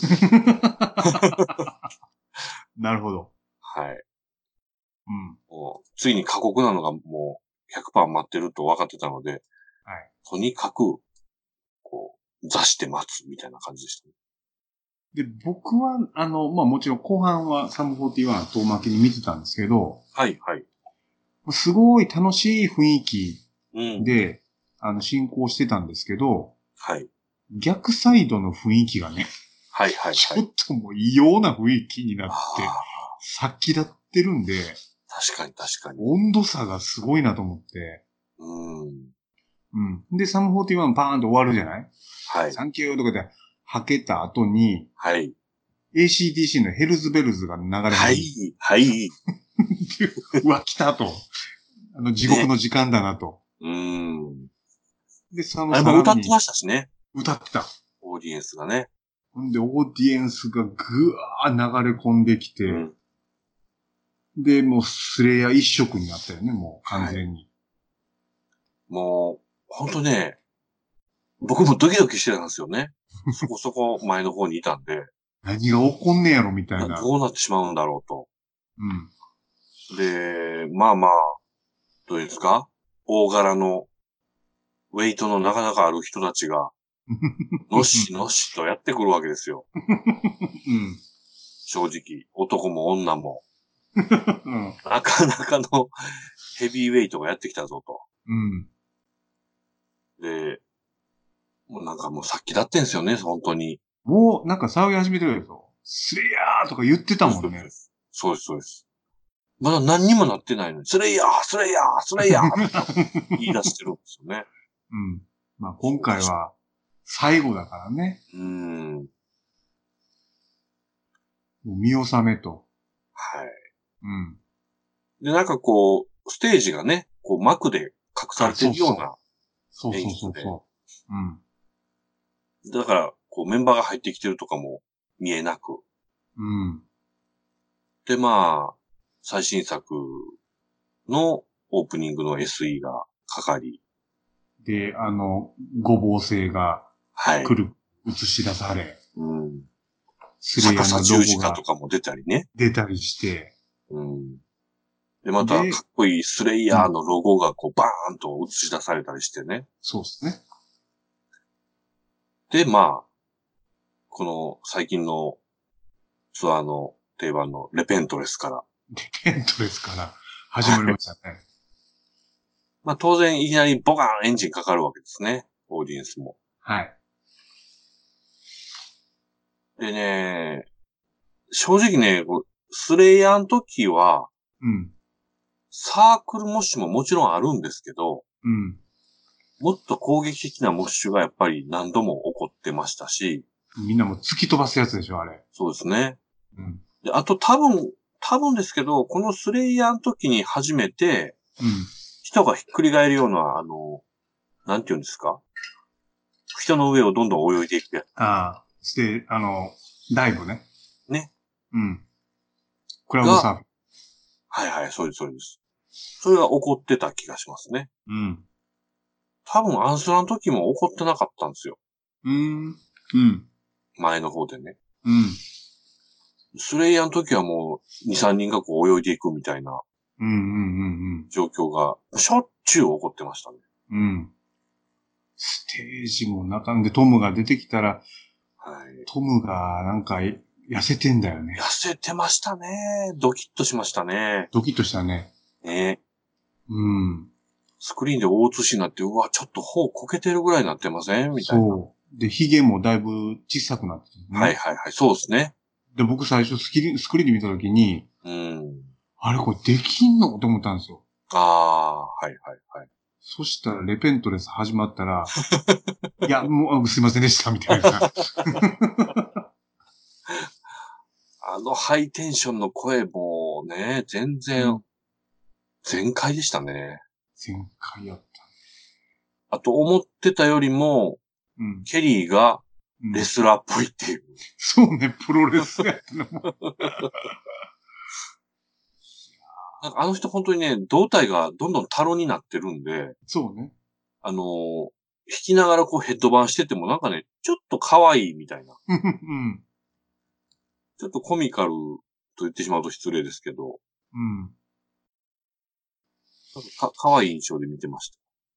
S3: なるほど。
S2: はい。ついに過酷なのがもう 100% 待ってると分かってたので、とにかく、こう、座して待つみたいな感じでしたね。
S3: で、僕は、まあもちろん後半はサム41遠巻きに見てたんですけど、すごい楽しい雰囲気で、進行してたんですけど、逆サイドの雰囲気がね、ちょっともう異様な雰囲気になって、先立ってるんで、
S2: 確かに。
S3: 温度差がすごいなと思って、で、サム41パーンと終わるじゃないサンキューとかで吐けた後に、ACDC のヘルズベルズが流れ始める。うわ、来たと。地獄の時間だなと。で、
S2: あれも歌ってましたしね。
S3: 歌ってた。
S2: オーディエンスがね。
S3: で、オーディエンスがぐわー流れ込んできて、で、もうスレイヤー一色になったよね、もう完全に。
S2: もう、ほんとね、僕もドキドキしてたんですよね。そこそこ前の方にいたんで。
S3: 何が起こんねやろみたいな。
S2: どうなってしまうんだろうと。で、まあまあ、どうですか？大柄の、ウェイトのなかなかある人たちが、のしのしとやってくるわけですよ。正直、男も女も。なかなかのヘビーウェイトがやってきたぞと。で、もうなんかもうさっきだってんすよね、本当に。
S3: もうなんか騒ぎ始めてるでしょ。スレイヤーとか言ってたもんね。
S2: そうです。まだ何にもなってないのに、スレイヤー言い出してるんですよね。
S3: まあ今回は最後だからね。もう見納めと。
S2: で、なんかこう、ステージがね、こう幕で隠されてるような演出で。だから、こうメンバーが入ってきてるとかも見えなく。で、まあ、最新作のオープニングの SE がかかり。
S3: で、ごぼう星が来る映し出され。
S2: うん。スレイヤーの十字架とかも出たりね。
S3: 出たりして。
S2: うん。で、また、かっこいいスレイヤーのロゴがこう、バーンと映し出されたりしてね。
S3: そうですね。
S2: で、まあ、この最近のツアーの定番のレペントレスから。
S3: レペントレスから始まりましたね。
S2: まあ当然いきなりボカーンエンジンかかるわけですね。オーディエンスも。
S3: はい。
S2: でね、正直ね、スレイヤーの時は、
S3: うん。
S2: サークルモッシュももちろんあるんですけど、
S3: うん。
S2: もっと攻撃的なモッシュがやっぱり何度も起こってましたし。
S3: みんなも突き飛ばすやつでしょ、あれ。
S2: そうですね。
S3: うん。
S2: で、あと多分ですけど、このスレイヤーの時に初めて、
S3: うん。
S2: 人がひっくり返るような、なんて言うんですか？人の上をどんどん泳いでいくやつ。
S3: ああ、ダイブね。
S2: ね。
S3: うん。クラウドサーフ。
S2: はいはい、そうです、そうです。それが起こってた気がしますね。
S3: うん。
S2: 多分アンスラの時も起こってなかったんですよ。
S3: うん。
S2: 前の方でね。
S3: うん。
S2: スレイヤーの時はもう2、3人がこう泳いでいくみたいな状況がしょっちゅう起こってましたね。
S3: うん。ステージも中でトムが出てきたら、はい、トムがなんか痩せてんだよね。
S2: 痩せてましたね。ドキッとしましたね。
S3: ドキッとしたね。
S2: ね。
S3: うん。
S2: スクリーンで大写しになって、うわ、ちょっと頬こけてるぐらいになってませんみたいな。
S3: そう。で、髭もだいぶ小さくなってる
S2: ね。はいはいはい。そうですね。
S3: で、僕最初スクリーンで見たときに、あれこれできんのと思ったんですよ。
S2: ああ、はいはいはい。
S3: そしたらレペントレス始まったら、いや、もうすいませんでした、みたいな。
S2: ハイテンションの声もね、全然、全開でしたね。
S3: 全開やった。
S2: あと思ってたよりも、ケリーがレスラーっぽいっていう。
S3: そうね、プロレスやったのも。
S2: なんか人本当にね、胴体がどんどんタロになってるんで。
S3: そうね。
S2: 弾きながらこうヘッドバンしててもなんかね、ちょっと可愛いみたいな。うん。ちょっとコミカルと言ってしまうと失礼ですけど。うん。可愛い印象で見てました。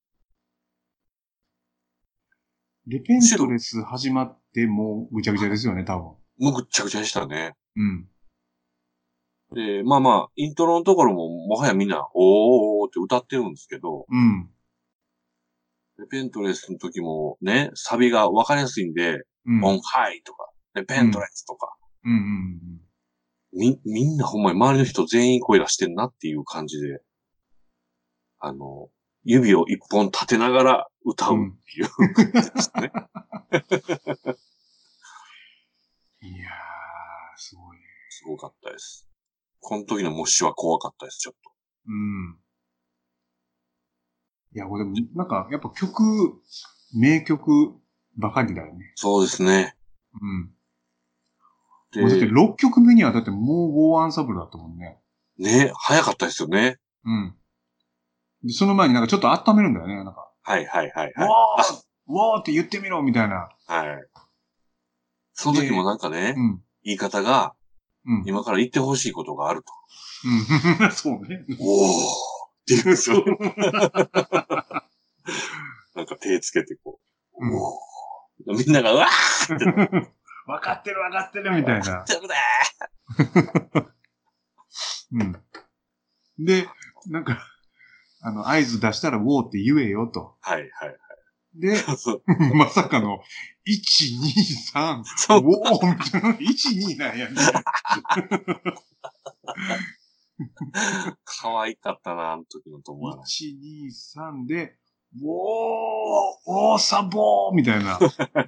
S3: レペントレス始まってもうぐちゃぐちゃですよね、多分。
S2: もうぐっちゃぐちゃでしたね。うん。で、まあまあ、イントロのところももはやみんな、おーって歌ってるんですけど。うん。レペントレスの時もね、サビが分かりやすいんで、オンハイとか、レペントレスとか。みんなほんまに周りの人全員声出してんなっていう感じで、指を一本立てながら歌うっていう感じですね。
S3: いやー、すごいね。
S2: すごかったです。この時のモッシュは怖かったです、ちょっと。うん。
S3: いや、これ、なんか、やっぱ名曲ばかりだよね。
S2: そうですね。
S3: うん。もうだって6曲目にはだってもうウォーアンサブルだったもんね。
S2: ね、早かったですよね。
S3: うん。で、その前になんかちょっと温めるんだよね、なんか。
S2: はいはいはい、
S3: はい。ウォーって言ってみろみたいな。はい。
S2: その時もなんかね、言い方が、今から言ってほしいことがあると。
S3: うん。そうね。
S2: おーって言うんですよ。なんか手つけてこう。おーみんながうわーって
S3: わかってるわかってるみたいな。わかってるねうん。で、なんか、合図出したらウォーって言えよと。
S2: はいはいはい。
S3: で、まさかの、1、2、3、ウォーみたいな、1、2なんやね。
S2: 可愛かったな、あの時の友達。
S3: 1、2、3で、ウォーサボーみたいな。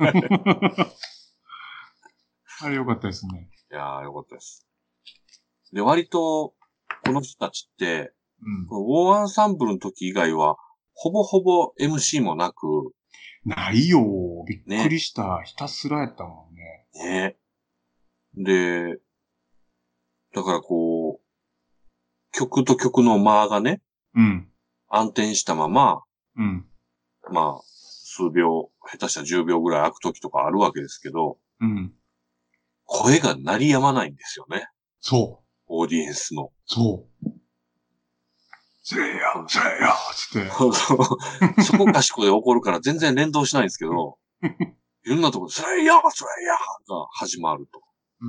S3: あれよかったですね。
S2: いやーよかったです。で、割と、この人たちって、ウォーアンサンブルの時以外は、ほぼほぼ MC もなく。
S3: ないよ。びっくりした。ひたすらやったもんね。
S2: ね。で、だからこう、曲と曲の間がね、暗転したまま、まあ、 数秒、下手したら10秒ぐらい空く時とかあるわけですけど、
S3: うん。
S2: 声が鳴り止まないんですよね。
S3: そう。
S2: オーディエンスの。
S3: そう。せいや、せいや、つって。
S2: そこかしこで起こるから全然連動しないんですけど、いろんなところで、せいやが始まると。
S3: うん。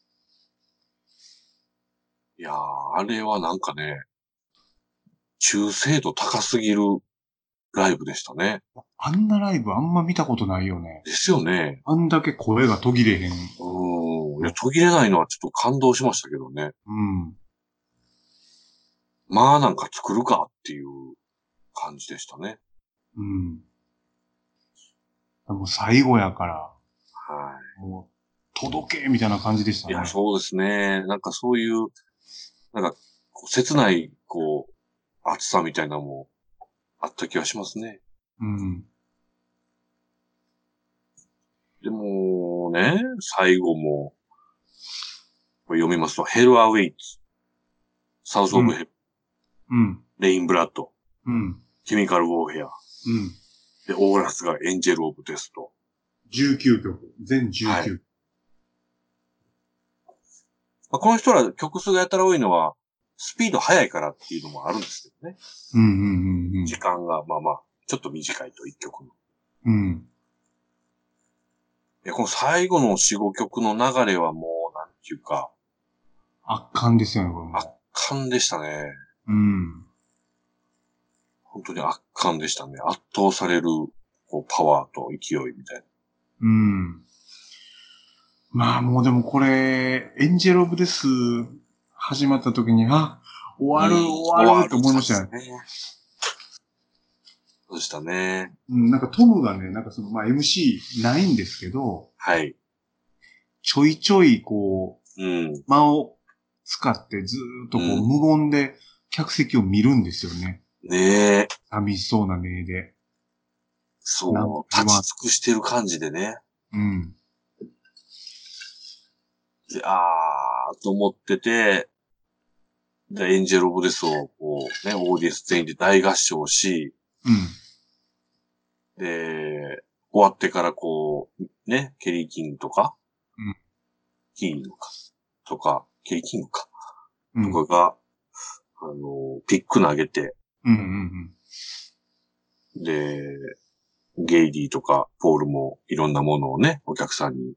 S2: いやー、あれはなんかね、中精度高すぎるライブでしたね。
S3: あんなライブあんま見たことないよね。
S2: ですよね。
S3: あんだけ声が途切れへん。
S2: いや、途切れないのはちょっと感動しましたけどね。
S3: うん。
S2: まあなんか作るかっていう感じでしたね。
S3: うん。もう最後やから。
S2: はい。
S3: もう、届けみたいな感じでしたね。
S2: いや、そうですね。なんかそういう、なんか、切ない、熱さみたいなのもあった気がしますね。
S3: うん。
S2: でもね、最後も、これ読みますと、ヘルアウェイツ、サウスオブヘ、
S3: うん。
S2: レインブラッド、
S3: うん。
S2: ケミカルウォーヘア、
S3: うん。
S2: で、オーラスがエンジェルオブデスト。
S3: 19曲。全19。はい、
S2: この人ら曲数がやたら多いのは、スピード速いからっていうのもあるんですけどね。時間が、ちょっと短いと、一曲の。
S3: うん。
S2: この最後の4、5曲の流れはもう、なんていうか。
S3: 圧巻ですよね、これも。
S2: 圧巻でしたね。
S3: うん。
S2: 本当に圧巻でしたね。圧倒される、パワーと勢いみたいな。
S3: うん。まあもうでもこれ、エンジェル・オブ・デス始まった時に、終わると思いましたね。
S2: そうでしたね。
S3: なんかトムがね、なんかMC ないんですけど、
S2: はい。
S3: ちょいちょい間を使ってずーっと無言で客席を見るんですよね。
S2: ねえ。
S3: 寂しそうな目で。
S2: そう、立ち尽くしてる感じでね。
S3: うん。
S2: で、と思ってて、で、エンジェル・オブ・デスを、オーディエンス全員で大合唱し、
S3: うん。
S2: で、終わってからケリー・キングとか、
S3: うん。
S2: キングか、とか、ケリー・キングか、とかが、ピック投げて、で、ゲイリーとか、ポールもいろんなものをね、お客さんに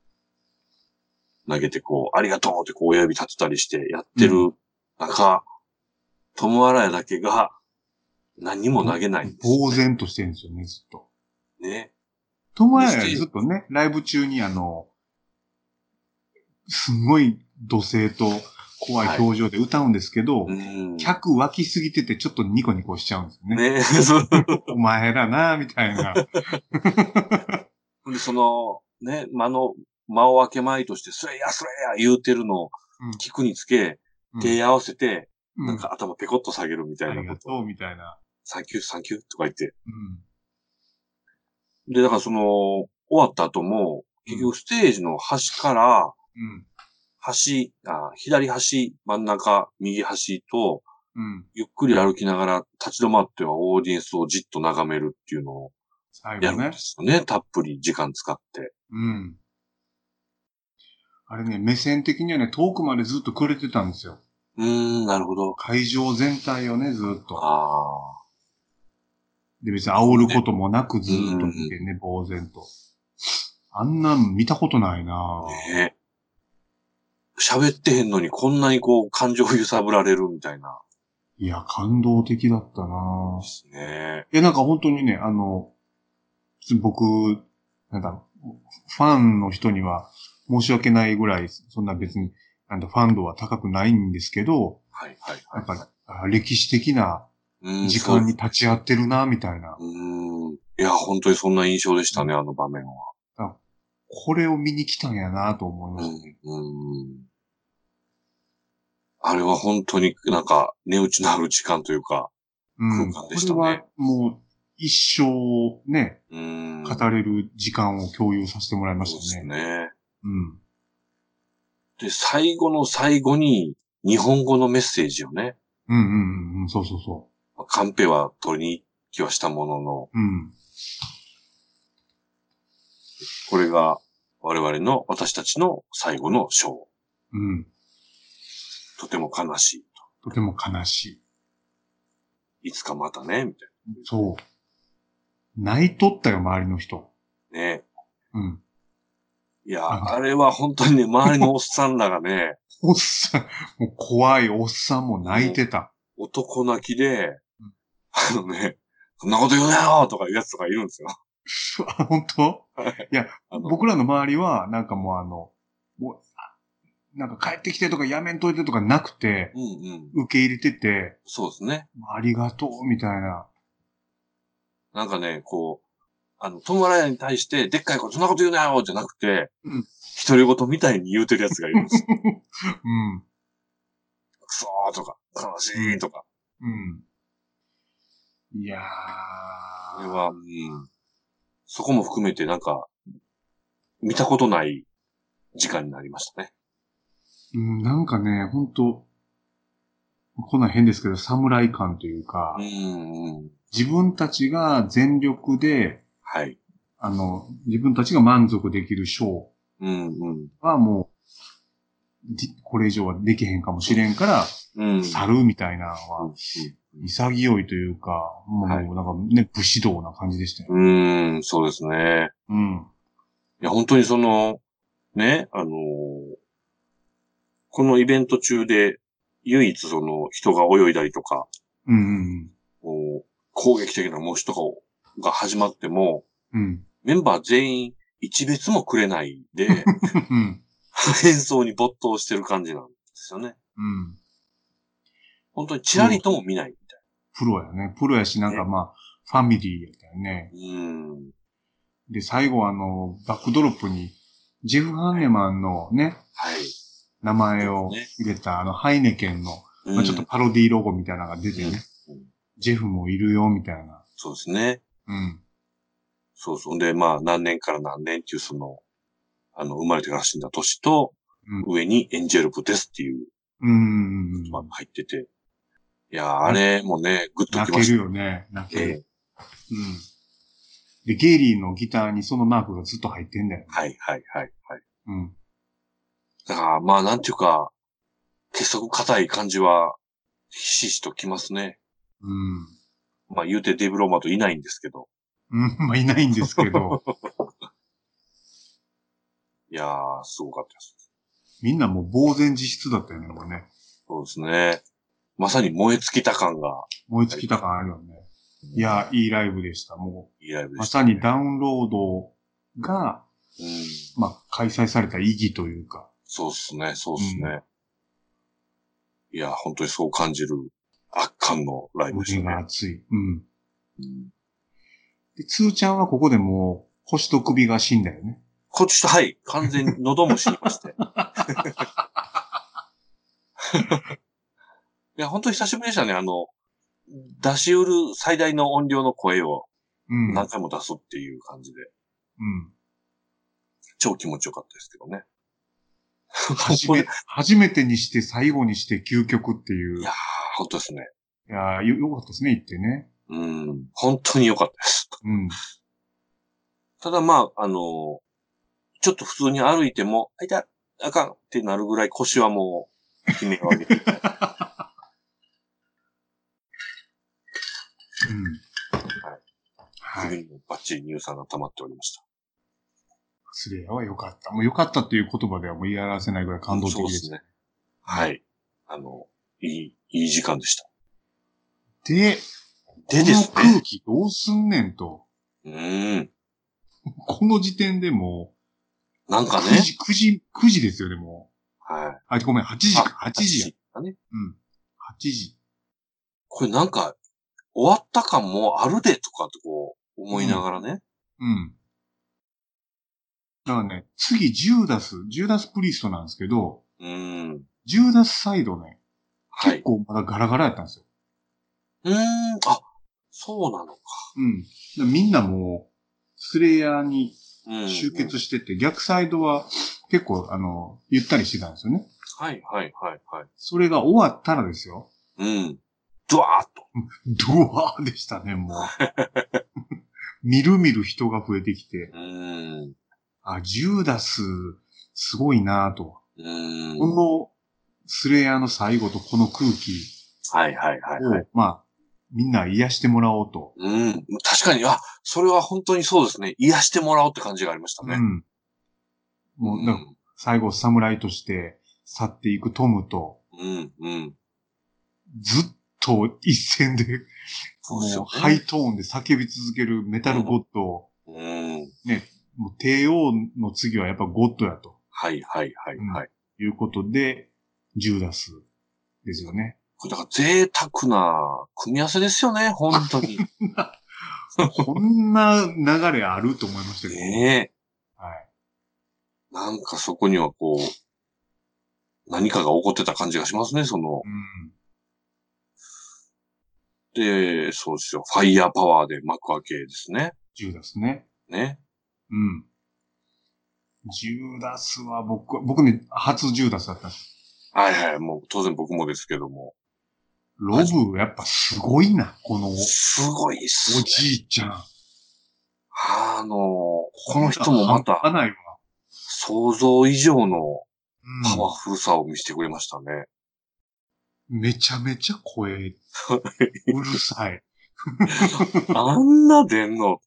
S2: 投げてありがとうって親指立てたりしてやってる中、トム・アラヤだけが何も投げないんです、
S3: 呆然としてるんですよね、ずっと。
S2: ね。
S3: トム・アラヤずっとね、ライブ中にすごい土星と怖い表情で歌うんですけど、客湧きすぎててちょっとニコニコしちゃうんですよね。ねお前らな、みたいな。
S2: で、間を開けまいとして、それや言うてるのを聞くにつけ、手合わせて、なんか頭ペコッと下げるみたいなこと。ありがと
S3: う、みたいな。
S2: サンキューとか言って。で、だから終わった後も、結局ステージの端から、左端、真ん中、右端と、ゆっくり歩きながら立ち止まってはオーディエンスをじっと眺めるっていうのをやるんですよね。たっぷり時間使って。
S3: あれね、目線的にはね、遠くまでずっとくれてたんですよ。
S2: なるほど。
S3: 会場全体をね、ずっと。で、別に煽ることもなくずっと見てね、呆然と。あんなん見たことないなぁ。ねえ。
S2: 喋ってへんのにこんなに感情揺さぶられるみたいな。
S3: いや、感動的だったなぁ。
S2: ですね。
S3: なんか本当にね、僕、なんだろう、ファンの人には申し訳ないぐらい、そんな別に、ファン度は高くないんですけど、やっぱ歴史的な時間に立ち会ってるな、みたいな。
S2: いや、本当にそんな印象でしたね、あの場面は。
S3: これを見に来たんやなと思いましたね。
S2: あれは本当になんか値打ちのある時間というか、空間でしたね。
S3: これはもう一生ね、語れる時間を共有させてもらいましたね。そうですね。
S2: で、最後の最後に日本語のメッセージをね。
S3: そうそうそう。
S2: カンペは取りに行きはしたものの、 これが私たちの最後のショー。
S3: うん。
S2: とても悲しい
S3: と。とても悲し
S2: い。いつかまたね、みたい
S3: な。そう。泣いとったよ、周りの人。
S2: ね。
S3: うん。
S2: いや、あれは本当にね、周りのおっさんらがね。
S3: おっさん、もう怖いおっさんも泣いてた。
S2: 男泣きで、そんなこと言うなよとかいうやつとかいるんですよ。
S3: 本当？いや、僕らの周りは、なんかもうなんか帰ってきてとかやめんといてとかなくて、受け入れてて、
S2: そうですね。
S3: ありがとう、みたいな。
S2: なんかね、こう、友達に対して、でっかいこと、そんなこと言うなよじゃなくて、独り言みたいに言うてるやつがいるんです。うん。くそーとか、悲しいとか。うん。
S3: いやー。
S2: これは、そこも含めてなんか、見たことない時間になりましたね。
S3: なんかね、ほんと、こんなん変ですけど、侍感というか、自分たちが全力で、はい。自分たちが満足できるショーはもう、これ以上はできへんかもしれんから、去るみたいなのは、潔いというか、もうなんかね、武士道な感じでしたよ。
S2: そうですね。いや、本当にね、このイベント中で、唯一人が泳いだりとか、攻撃的な模試とかが始まっても、メンバー全員一別もくれないで、演奏に没頭してる感じなんですよね。本当にチラリとも見ないみたいな。
S3: プロやね。プロやし、なんかまあ、ファミリーやったよね。で、最後バックドロップに、ジェフ・ハンネマンのね、名前を入れたハイネケンの、まあ、ちょっとパロディーロゴみたいなのが出てね、ジェフもいるよ、みたいな。
S2: そうですね。そうそう。で、まあ、何年から何年っていう生まれてから死んだ年と、上にエンジェルブですっていう、入ってて。いやあれもね、グッときました。
S3: 泣けるよね、泣ける。で、ゲイリーのギターにそのマークがずっと入ってんだよね。
S2: はい。だから、まあ、なんていうか、結束硬い感じは、ひしひしときますね。まあ、言うてデブローマといないんですけど。
S3: まあ、いないんですけど。
S2: いやー、すごかったです。
S3: みんなもう呆然自失だったよね、もうね。
S2: そうですね。まさに燃え尽きた感が。
S3: 燃え尽きた感あるよね。いや、いいライブでした。もう。いいライブでした、ね。まさにダウンロードが、まあ、開催された意義というか。
S2: そうっすね。いや、本当にそう感じる圧巻のライブでしたね。
S3: 胸が熱い。で、つーちゃんはここでもう、腰と首が死んだよね。
S2: 腰と、はい。完全に喉も死にまして。いや、本当に久しぶりでしたね。出し得る最大の音量の声を何回も出すっていう感じで。超気持ちよかったですけどね。
S3: 初めてにして最後にして究極っていう。
S2: いやー、本当ですね。
S3: いやー、よかったですね、言ってね。
S2: 本当によかったです。ただまあ、ちょっと普通に歩いても、あかんってなるぐらい腰はもう、悲鳴を上げて。首にもバッチリ乳酸が溜まっておりました。
S3: スレイヤーは良かった。もう良かったっていう言葉ではもう言い表せないぐらい感動的です。そうですね。
S2: はい。いい時間でした。
S3: でですね。この空気どうすんねんと。この時点でもう、
S2: なんかね。
S3: 9時ですよね、もう。はい。ごめん、8時か。8時や。
S2: ね。
S3: 8時。
S2: これなんか、終わった感もあるでとかってこう、思いながらね。
S3: だからね、次、ジューダスプリストなんですけど、ジューダスサイドね、結構まだガラガラやったんですよ。
S2: あ、そうなのか。
S3: みんなもう、スレイヤーに集結してて、逆サイドは結構、ゆったりしてたんですよね。
S2: はい。
S3: それが終わったらですよ。
S2: ドワーッと。
S3: ドワーでしたね、もう。 みるみる人が増えてきて、ジューダス、すごいなぁと。このスレイヤーの最後とこの空気を、まあ、みんな癒してもらおうと。
S2: 確かに、それは本当にそうですね。癒してもらおうって感じがありましたね。
S3: もう、最後、侍として去っていくトムと、ずっと一戦で、もうハイトーンで叫び続けるメタルゴッドを、ね、もう帝王の次はやっぱゴッドやと。いうことで、ジューダスですよね。
S2: これだから贅沢な組み合わせですよね、本当に。
S3: こんな流れあると思いましたけどね。はい。
S2: なんかそこにはこう、何かが起こってた感じがしますね、で、そうですよ。ファイヤーパワーで幕開けですね。
S3: ジューダスね。
S2: ね。
S3: ジューダスは僕ね、初ジューダスだったんです。
S2: もう当然僕もですけども。
S3: ロブ、やっぱすごいな、この。
S2: すごいっす
S3: ね。おじいちゃん。
S2: この人もまた、想像以上のパワフルさを見せてくれましたね。
S3: めちゃめちゃ声、うるさい。
S2: あんな出んのって。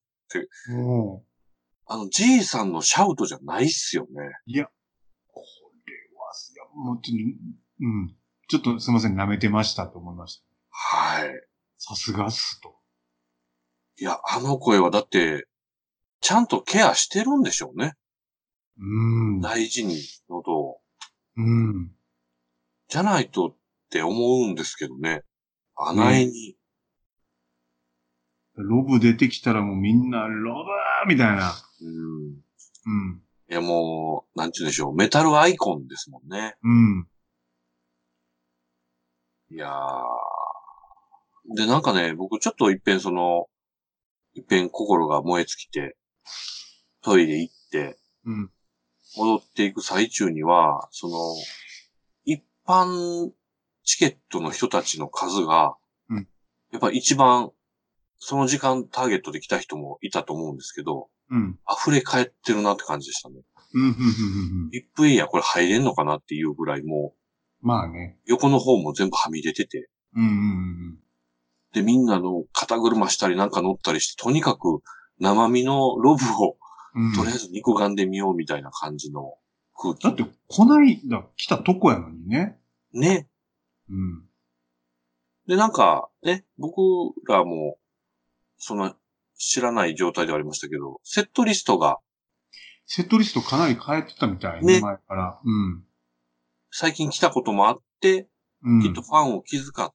S2: じいさんのシャウトじゃないっすよね。
S3: いや、これは、もうちょっとすいません、舐めてましたと思いました。さすがっすと。
S2: いや、あの声はだって、ちゃんとケアしてるんでしょうね。大事に喉を。じゃないとって思うんですけどね。ないに。
S3: ロブ出てきたらもうみんな、ロブーみたいな。
S2: いやもう、なんちゅうんでしょう。メタルアイコンですもんね。いやー。で、なんかね、僕ちょっと一遍心が燃え尽きて、トイレ行って、戻っていく最中には、一般チケットの人たちの数が、やっぱ一番、その時間ターゲットで来た人もいたと思うんですけど、溢れ返ってるなって感じでしたね。VIPエリアこれ入れんのかなっていうぐらいも
S3: う、まあね。
S2: 横の方も全部はみ出てて、で、みんなの肩車したりなんか乗ったりして、とにかく生身のロブを、とりあえず肉眼で見ようみたいな感じの空気。
S3: だって、こないだ来たとこやのにね。
S2: ね。で、なんか、ね、僕らも、知らない状態ではありましたけど、セットリスト
S3: かなり変えてたみたいね、前から。
S2: 最近来たこともあって、きっとファンを気遣って、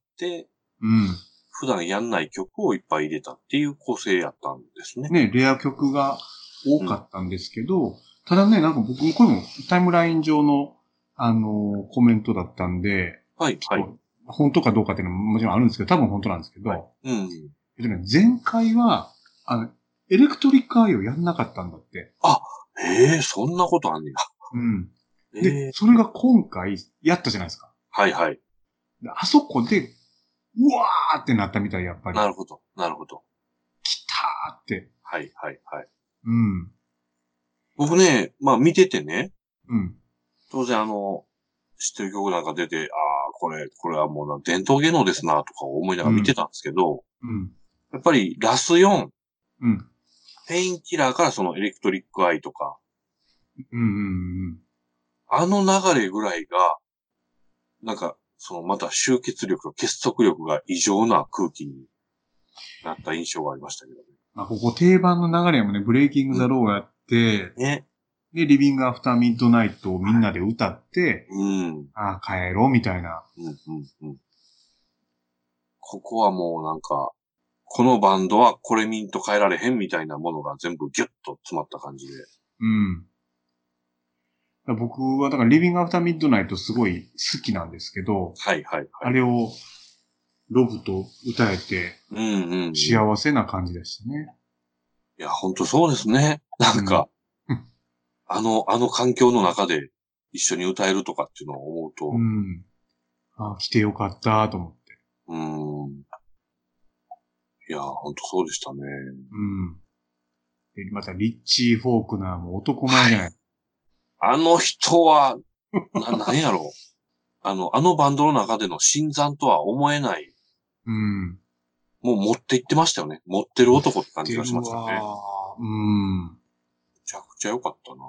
S2: 普段やんない曲をいっぱい入れたっていう構成やったんですね。
S3: ね、レア曲が多かったんですけど、ただね、なんか僕もこれもタイムライン上の、コメントだったんで、本当かどうかっていうのももちろんあるんですけど、多分本当なんですけど、前回は、エレクトリックアイをやんなかったんだって。
S2: そんなことあんね
S3: や。で、それが今回やったじゃないですか。あそこで、うわーってなったみたい、やっぱり。
S2: なるほど。
S3: 来たーって。
S2: 僕ね、まあ見ててね。当然知ってる曲なんか出て、これはもう伝統芸能ですな、とか思いながら見てたんですけど、やっぱりラス4、ペインキラーからそのエレクトリックアイとか、あの流れぐらいが、なんか、また集結力と結束力が異常な空気になった印象がありましたけどね。
S3: まあ、ここ定番の流れもね、ブレイキングザローやって、で、リビングアフターミッドナイトをみんなで歌って、帰ろうみたいな。
S2: ここはもうなんか、このバンドはこれ見んと変えられへんみたいなものが全部ギュッと詰まった感じで。
S3: 僕はだからリビングアフターミッドナイトすごい好きなんですけど、あれをロブと歌えて、幸せな感じでしたね。
S2: いや、ほんとそうですね。なんか、あの環境の中で一緒に歌えるとかっていうのを思うと。
S3: 来てよかったと思って。
S2: いや、ほんとそうでしたね。
S3: で、またリッチー・フォークナーも男前じゃない。
S2: あの人は、なんやろう。あのバンドの中での新参とは思えない。
S3: うん。
S2: もう持っていってましたよね。持ってる男って感じがしましたね。
S3: うん。
S2: めちゃくちゃ良かったな。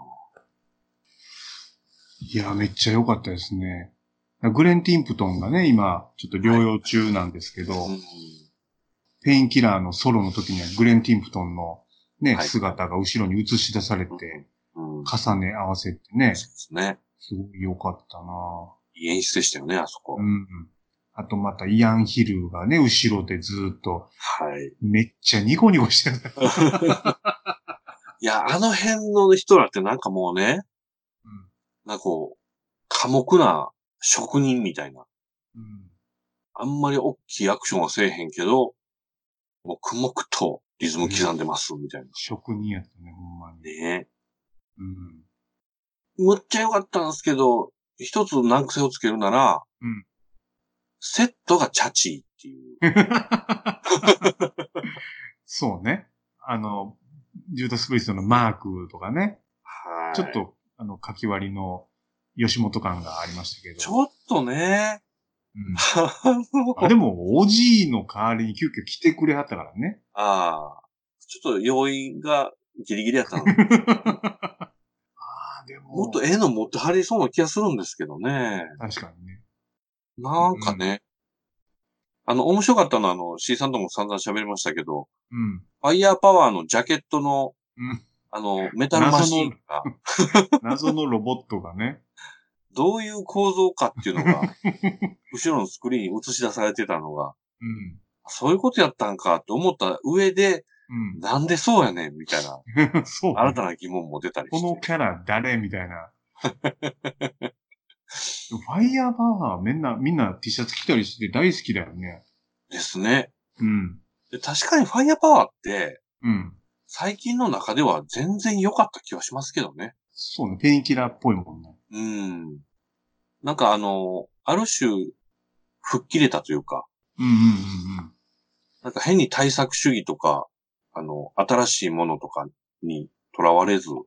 S3: いや、めっちゃ良かったですね。グレン・ティンプトンがね、今、ちょっと療養中なんですけど、ペインキラーのソロの時にはグレン・ティンプトンのね、姿が後ろに映し出されて、重ね合わせてね。そうですね。すごい良かったない
S2: い演出でしたよね、あそこ。
S3: あとまたイアン・ヒルがね、後ろでずっと。めっちゃニコニコしてる。
S2: いや、あの辺の人らってなんかもうね、なんかこう、寡黙な職人みたいな。あんまり大きいアクションはせえへんけど、黙々とリズム刻んでます、みたいな。
S3: 職人やったね、ほんまに。
S2: ねむっちゃ良かったんですけど、一つ難癖をつけるなら、セットがチャチーっていう。
S3: そうね。ジューダス・プリストのマークとかね。ちょっと、書き割りの吉本感がありましたけど。
S2: ちょっとね。
S3: でも、オジーの代わりに急遽来てくれはったからね。
S2: ああ。ちょっと要因がギリギリやったの。でも。もっと絵の持ってはりそうな気がするんですけどね。
S3: 確かにね。
S2: なんかね。面白かったのはC さんとも散々喋りましたけど、ファイヤーパワーのジャケットの、メタルマシンが
S3: 謎のロボットがね。
S2: どういう構造かっていうのが、後ろのスクリーンに映し出されてたのが、そういうことやったんかって思った上で、なんでそうやねんみたいな、そうね、新たな疑問も出たりして。
S3: このキャラ誰みたいな。ファイヤーパワーみんな T シャツ着たりして大好きだよね。
S2: ですね。で確かにファイヤーパワーって、最近の中では全然良かった気はしますけどね。
S3: そうね、ペインキラーっぽいもんね。
S2: なんかある種、吹っ切れたというか、なんか変に対策主義とか、新しいものとかにとらわれず、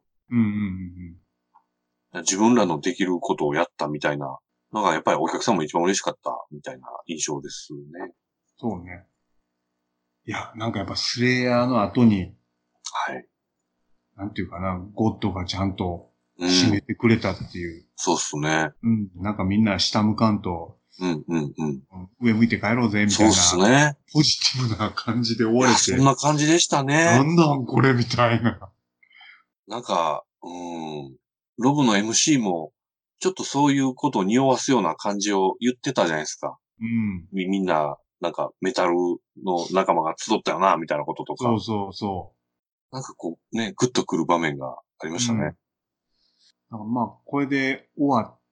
S2: 自分らのできることをやったみたいなのが、やっぱりお客さんも一番嬉しかったみたいな印象ですね。
S3: そうね。いや、なんかやっぱスレイヤーの後に、なんていうかな、ゴッドがちゃんと締めてくれたっていう。
S2: そうっすね。
S3: なんかみんな下向かんと、上向いて帰ろうぜ、みたいな。
S2: そうっすね。
S3: ポジティブな感じで終われて。
S2: そんな感じでしたね。
S3: なんなんこれみたいな。
S2: なんか、ロブの MC も、ちょっとそういうことを匂わすような感じを言ってたじゃないですか。みんな、なんかメタルの仲間が集ったよな、みたいなこととか。そう。なんかこう、ね、グッとくる場面がありましたね。
S3: まあ、これで終わって、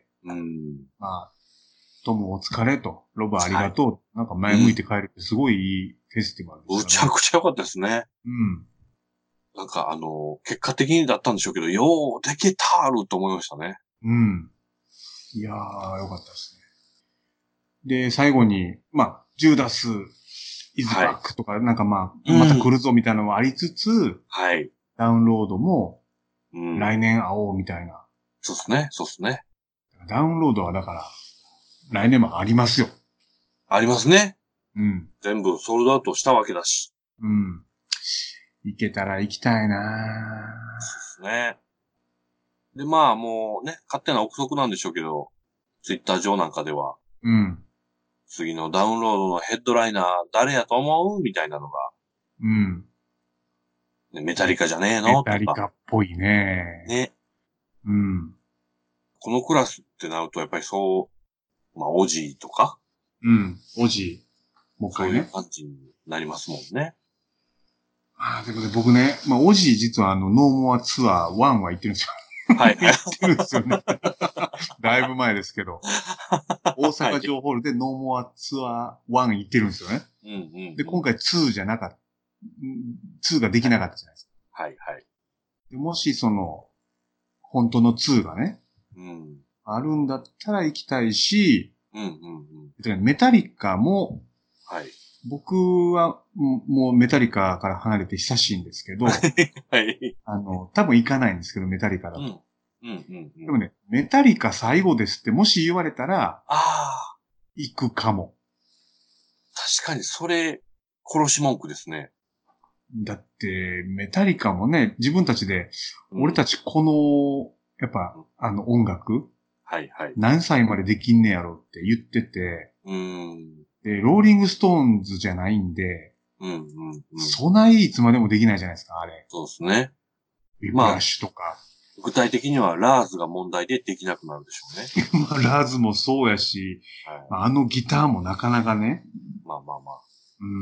S3: まあ、トムお疲れと、ロブありがとう、なんか前向いて帰るってすごいいいフェスティバルでしたね。
S2: むちゃくちゃ良かったですね。なんか結果的にだったんでしょうけど、ようできたーると思いましたね。
S3: いやー、よかったですね。で、最後に、まあ、ジューダス、イズバックとか、なんかまあ、また来るぞみたいなのもありつつ、ダウンロードも、来年会おうみたいな。
S2: そうですね、そうですね。
S3: ダウンロードはだから、来年もありますよ。
S2: ありますね。全部ソールドアウトしたわけだし。
S3: 行けたら行きたいな
S2: そうですね。で、まあもうね、勝手な憶測なんでしょうけど、ツイッター上なんかでは、次のダウンロードのヘッドライナー誰やと思うみたいなのが、メタリカじゃねえのとか。
S3: メタリカっぽいね。
S2: ね。このクラスってなると、やっぱりそう、まあ、オジーとか。
S3: オジー。もう一回ね。
S2: そういう感じになりますもんね。
S3: でもね、僕ね、まあ、オジー実はノーモアツアー1は行ってるんですよ。行ってるんですよね。だいぶ前ですけど。大阪城ホールでノーモアツアー1行ってるんですよね。で、今回2じゃなかった。2ができなかったじゃないですか。でもし本当の2がね、あるんだったら行きたいし、メタリカも、 僕はもうメタリカから離れて久しいんですけど、はい。多分行かないんですけど、メタリカだと。でもね、メタリカ最後ですってもし言われたら、行くかも。
S2: 確かにそれ、殺し文句ですね。
S3: だって、メタリカもね、自分たちで、俺たちこの、やっぱ、音楽、はいはい。何歳までできんねやろって言ってて、で、ローリングストーンズじゃないんで、そないいつまでもできないじゃないですか、あれ。
S2: そうですね。
S3: ビブラッシュとか。
S2: 具体的にはラーズが問題でできなくなるでしょうね。
S3: まあ、ラーズもそうやし、はい、ギターもなかなかね。
S2: まあまあまあ。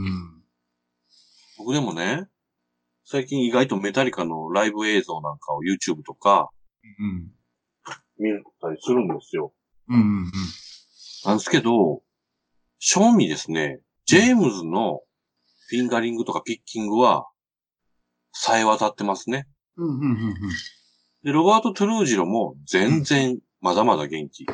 S2: 僕でもね、最近意外とメタリカのライブ映像なんかを YouTube とか、見たりするんですよ。なんですけど、正味ですね、ジェームズのフィンガリングとかピッキングは、冴え渡ってますね。で、ロバート・トゥルージロも全然まだまだ元気。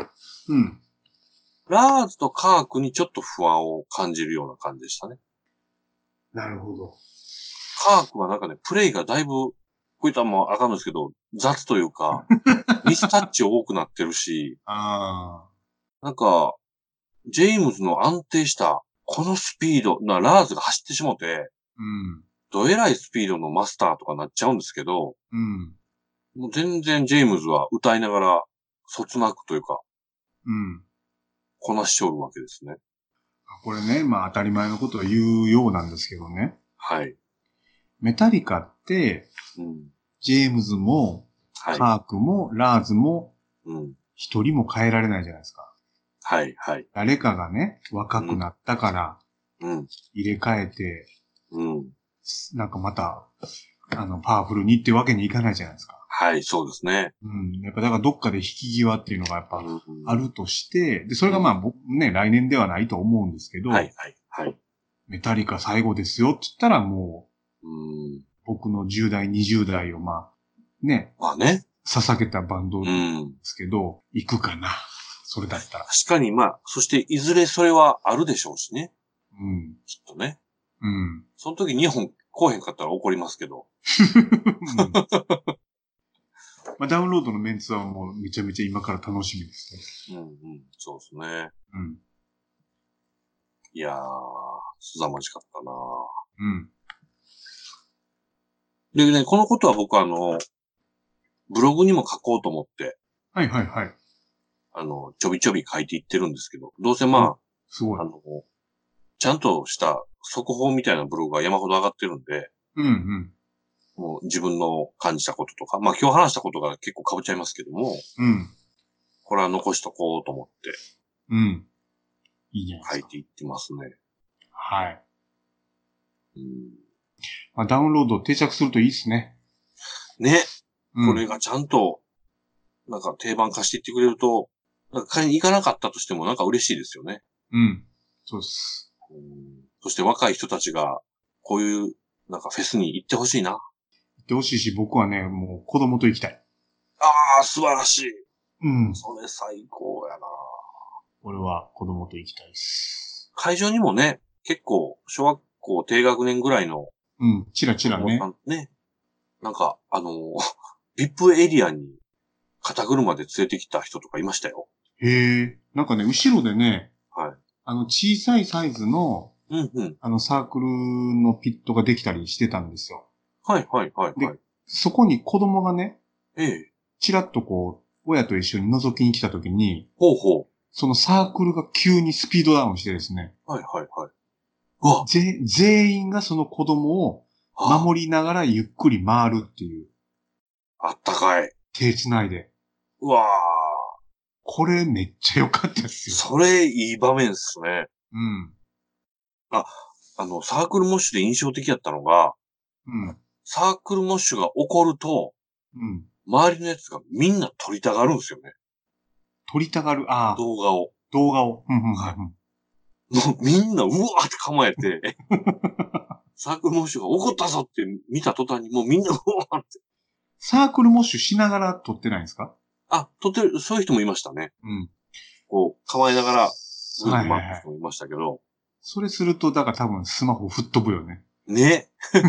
S2: ラーズとカークにちょっと不安を感じるような感じでしたね。
S3: なるほど。
S2: カークはなんかね、プレイがだいぶ、こういったもあかんのですけど、雑というか、ミスタッチ多くなってるし、なんか、ジェームズの安定した、このスピード、ラーズが走ってしもて、どえらいスピードのマスターとかなっちゃうんですけど、もう全然ジェームズは歌いながら、そつなくというか、こなしておるわけですね。
S3: これね、まあ当たり前のことを言うようなんですけどね。
S2: はい。
S3: メタリカって、ジェームズも、カークも、ラーズも、一人も変えられないじゃないですか。
S2: はいはい。
S3: 誰かがね、若くなったから、入れ替えて、なんかまた、パワフルにっていうわけにいかないじゃないですか。
S2: はい、そうですね。
S3: やっぱだからどっかで引き際っていうのがやっぱあるとして、で、それがまあね、来年ではないと思うんですけど、はいはいはい。メタリカ最後ですよって言ったらもう、僕の10代、20代をまあ、ね。
S2: まあね。
S3: 捧げたバンドですけど、行くかな。それだったら。
S2: 確かにまあ、そしていずれそれはあるでしょうしね。きっとね。その時2本来へんかったら怒りますけど。
S3: まあ、ダウンロードのメンツはもうめちゃめちゃ今から楽しみです
S2: ね。そうですね。いやー、凄まじかったなでね、このことは僕ブログにも書こうと思って。
S3: はいはいはい。
S2: ちょびちょび書いていってるんですけど、どうせまあ、
S3: すごい。
S2: ちゃんとした速報みたいなブログが山ほど上がってるんで、もう自分の感じたこととか、まあ今日話したことが結構被っちゃいますけども、これは残しとこうと思って、
S3: いいじゃないですか。
S2: 書いていってますね。
S3: はい。まあ、ダウンロード定着するといいですね。
S2: ね。これがちゃんと、なんか定番化していってくれると、なんか買いに行かなかったとしてもなんか嬉しいですよね。
S3: そうです。
S2: そして若い人たちが、こういう、なんかフェスに行ってほしいな。
S3: 行ってほしいし、僕はね、もう子供と行きたい。
S2: ああ、素晴らしい。それ最高やな。
S3: 俺は子供と行きたいです。
S2: 会場にもね、結構、小学校低学年ぐらいの、
S3: チラチラね。
S2: なんか、VIP エリアに肩車で連れてきた人とかいましたよ。
S3: へえ。なんかね、後ろでね、小さいサイズの、サークルのピットができたりしてたんですよ。
S2: はいはいはい、
S3: で、そこに子供がね、チラッとこう、親と一緒に覗きに来た時に、そのサークルが急にスピードダウンしてですね。
S2: はいはいはい。
S3: 全員がその子供を守りながらゆっくり回るっていう。
S2: あったかい。
S3: 手繋いで。
S2: うわー。
S3: これめっちゃ良かったですよ。
S2: それいい場面ですね。サークルモッシュで印象的だったのが、サークルモッシュが起こると、周りのやつがみんな撮りたがるんですよね。
S3: 撮りたがる
S2: 動画を。もうみんなうわーって構えて、サークルモッシュが起こったぞって見た途端にもうみんなうわーって。
S3: サークルモッシュしながら撮ってないんですか？
S2: 撮ってる、そういう人もいましたね。こう、構えながら、回る人もいましたけど。
S3: それすると、だから多分スマホ吹っ飛ぶよね。
S2: ね。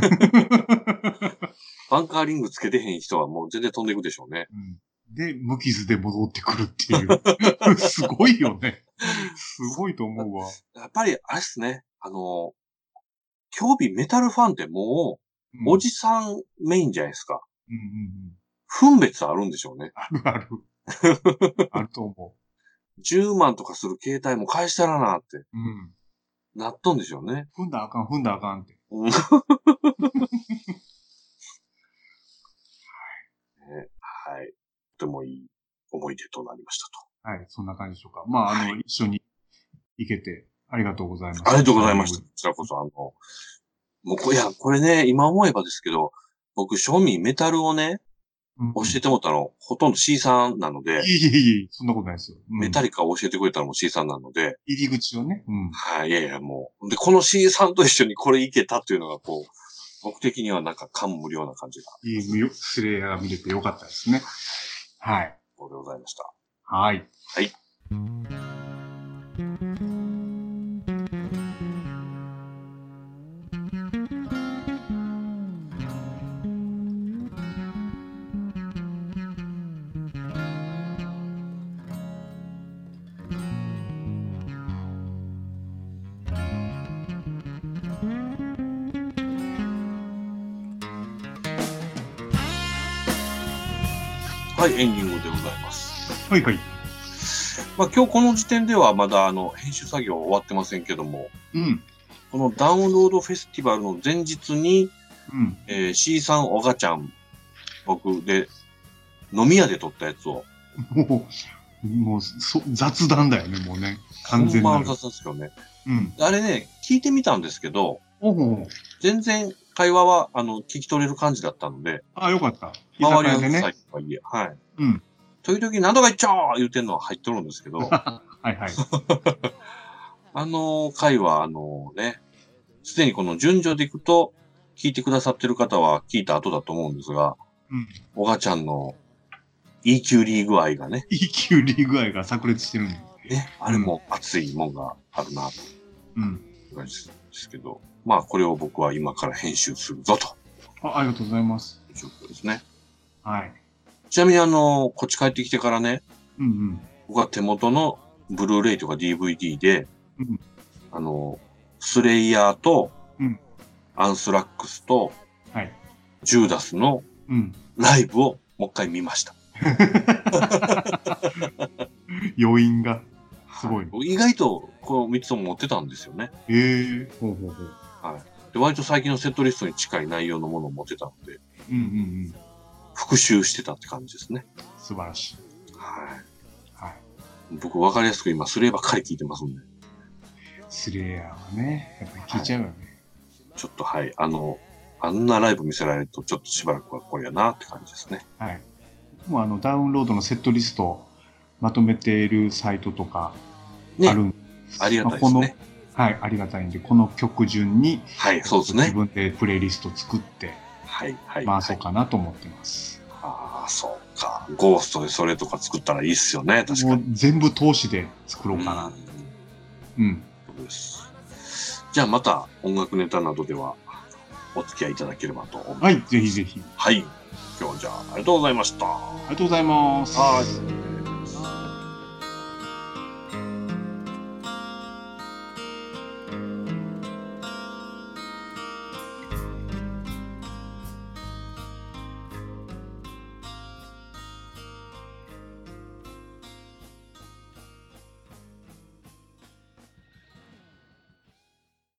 S2: バンカーリングつけてへん人はもう全然飛んでいくでしょうね。
S3: で、無傷で戻ってくるっていう。すごいよね。すごいと思うわ。
S2: やっぱり、あれっすね。競技メタルファンってもう、おじさんメインじゃないですか。分別あるんでしょうね。
S3: あるある。あると思
S2: う。10万とかする携帯も返したらなって。なっとんでしょうね。
S3: 踏んだらあかん、踏んだらあかんって。
S2: はい。とてもいい思い出となりました
S3: と。はい、そんな感じでしょうか。まあ、一緒に行けてありがとうございました。
S2: ありがとうございました。こちらこそ、もう、これね、今思えばですけど、僕、庶民メタルをね、教えてもらったの、ほとんど C さんなので。
S3: いえ、そんなことないですよ。
S2: メタリカを教えてくれたのも C さんなので。
S3: 入り口をね。
S2: はい、いや、もう。で、この C さんと一緒にこれいけたっていうのが、こう、僕的にはなんか感無量な感じが。
S3: スレイヤーが見れてよかったですね。はい。
S2: そうでございました。
S3: はい。
S2: はい。はい、エンディングでございます。
S3: はいはい。
S2: まあ今日この時点ではまだ編集作業終わってませんけども、このダウンロードフェスティバルの前日に、C さん、おがちゃん、僕で、飲み屋で撮ったやつを。
S3: もう雑談だよね、もうね。完全に。
S2: 雑談ですよね。あれね、聞いてみたんですけど、全然会話は、聞き取れる感じだったので。
S3: あ、よかった。
S2: 周りの最後はいいえ。はい。時々何とか言っちゃー言うてんのは入っとるんですけど。
S3: はいはい。
S2: 回は、ね、すでにこの順序でいくと、聞いてくださってる方は聞いた後だと思うんですが、おがちゃんの E 級リーグ愛がね。
S3: E 級リーグ愛が炸裂してるんで。
S2: ね、あれも熱いもんがあるなと。いう感じですけど、まあこれを僕は今から編集するぞと。
S3: ありがとうございます。
S2: という状況ですね。はい。
S3: ち
S2: なみにこっち帰ってきてからね、僕は手元のブルーレイとか DVD で、スレイヤーと、アンスラックスと、ジューダスのライブをもう一回見ました。
S3: 余韻がすごい。
S2: 意外とこの3つも持ってたんですよね。はい。で、割と最近のセットリストに近い内容のものを持ってたので、復習してたって感じですね。
S3: 素晴らしい。
S2: はい。僕分かりやすく今、スレイばっかり聞いてますんで。
S3: スレイヤーはね、やっぱり聞いちゃうよね。
S2: ちょっとはい、あんなライブ見せられると、ちょっとしばらくはこれやなって感じですね。
S3: はい。もうダウンロードのセットリストまとめているサイトとかあるんです。
S2: ありがたいですね。
S3: はい、ありがたいんで、この曲順に、
S2: そうですね。
S3: 自分でプレイリスト作って、回そうかなと思ってます。
S2: ああ、そうか。ゴーストでそれとか作ったらいいっすよね、確かに。もう
S3: 全部通しで作ろうかな。
S2: そうです。じゃあまた音楽ネタなどではお付き合いいただければと思います。
S3: はい、ぜひぜひ。
S2: はい。今日はじゃあありがとうございました。
S3: ありがとうございます。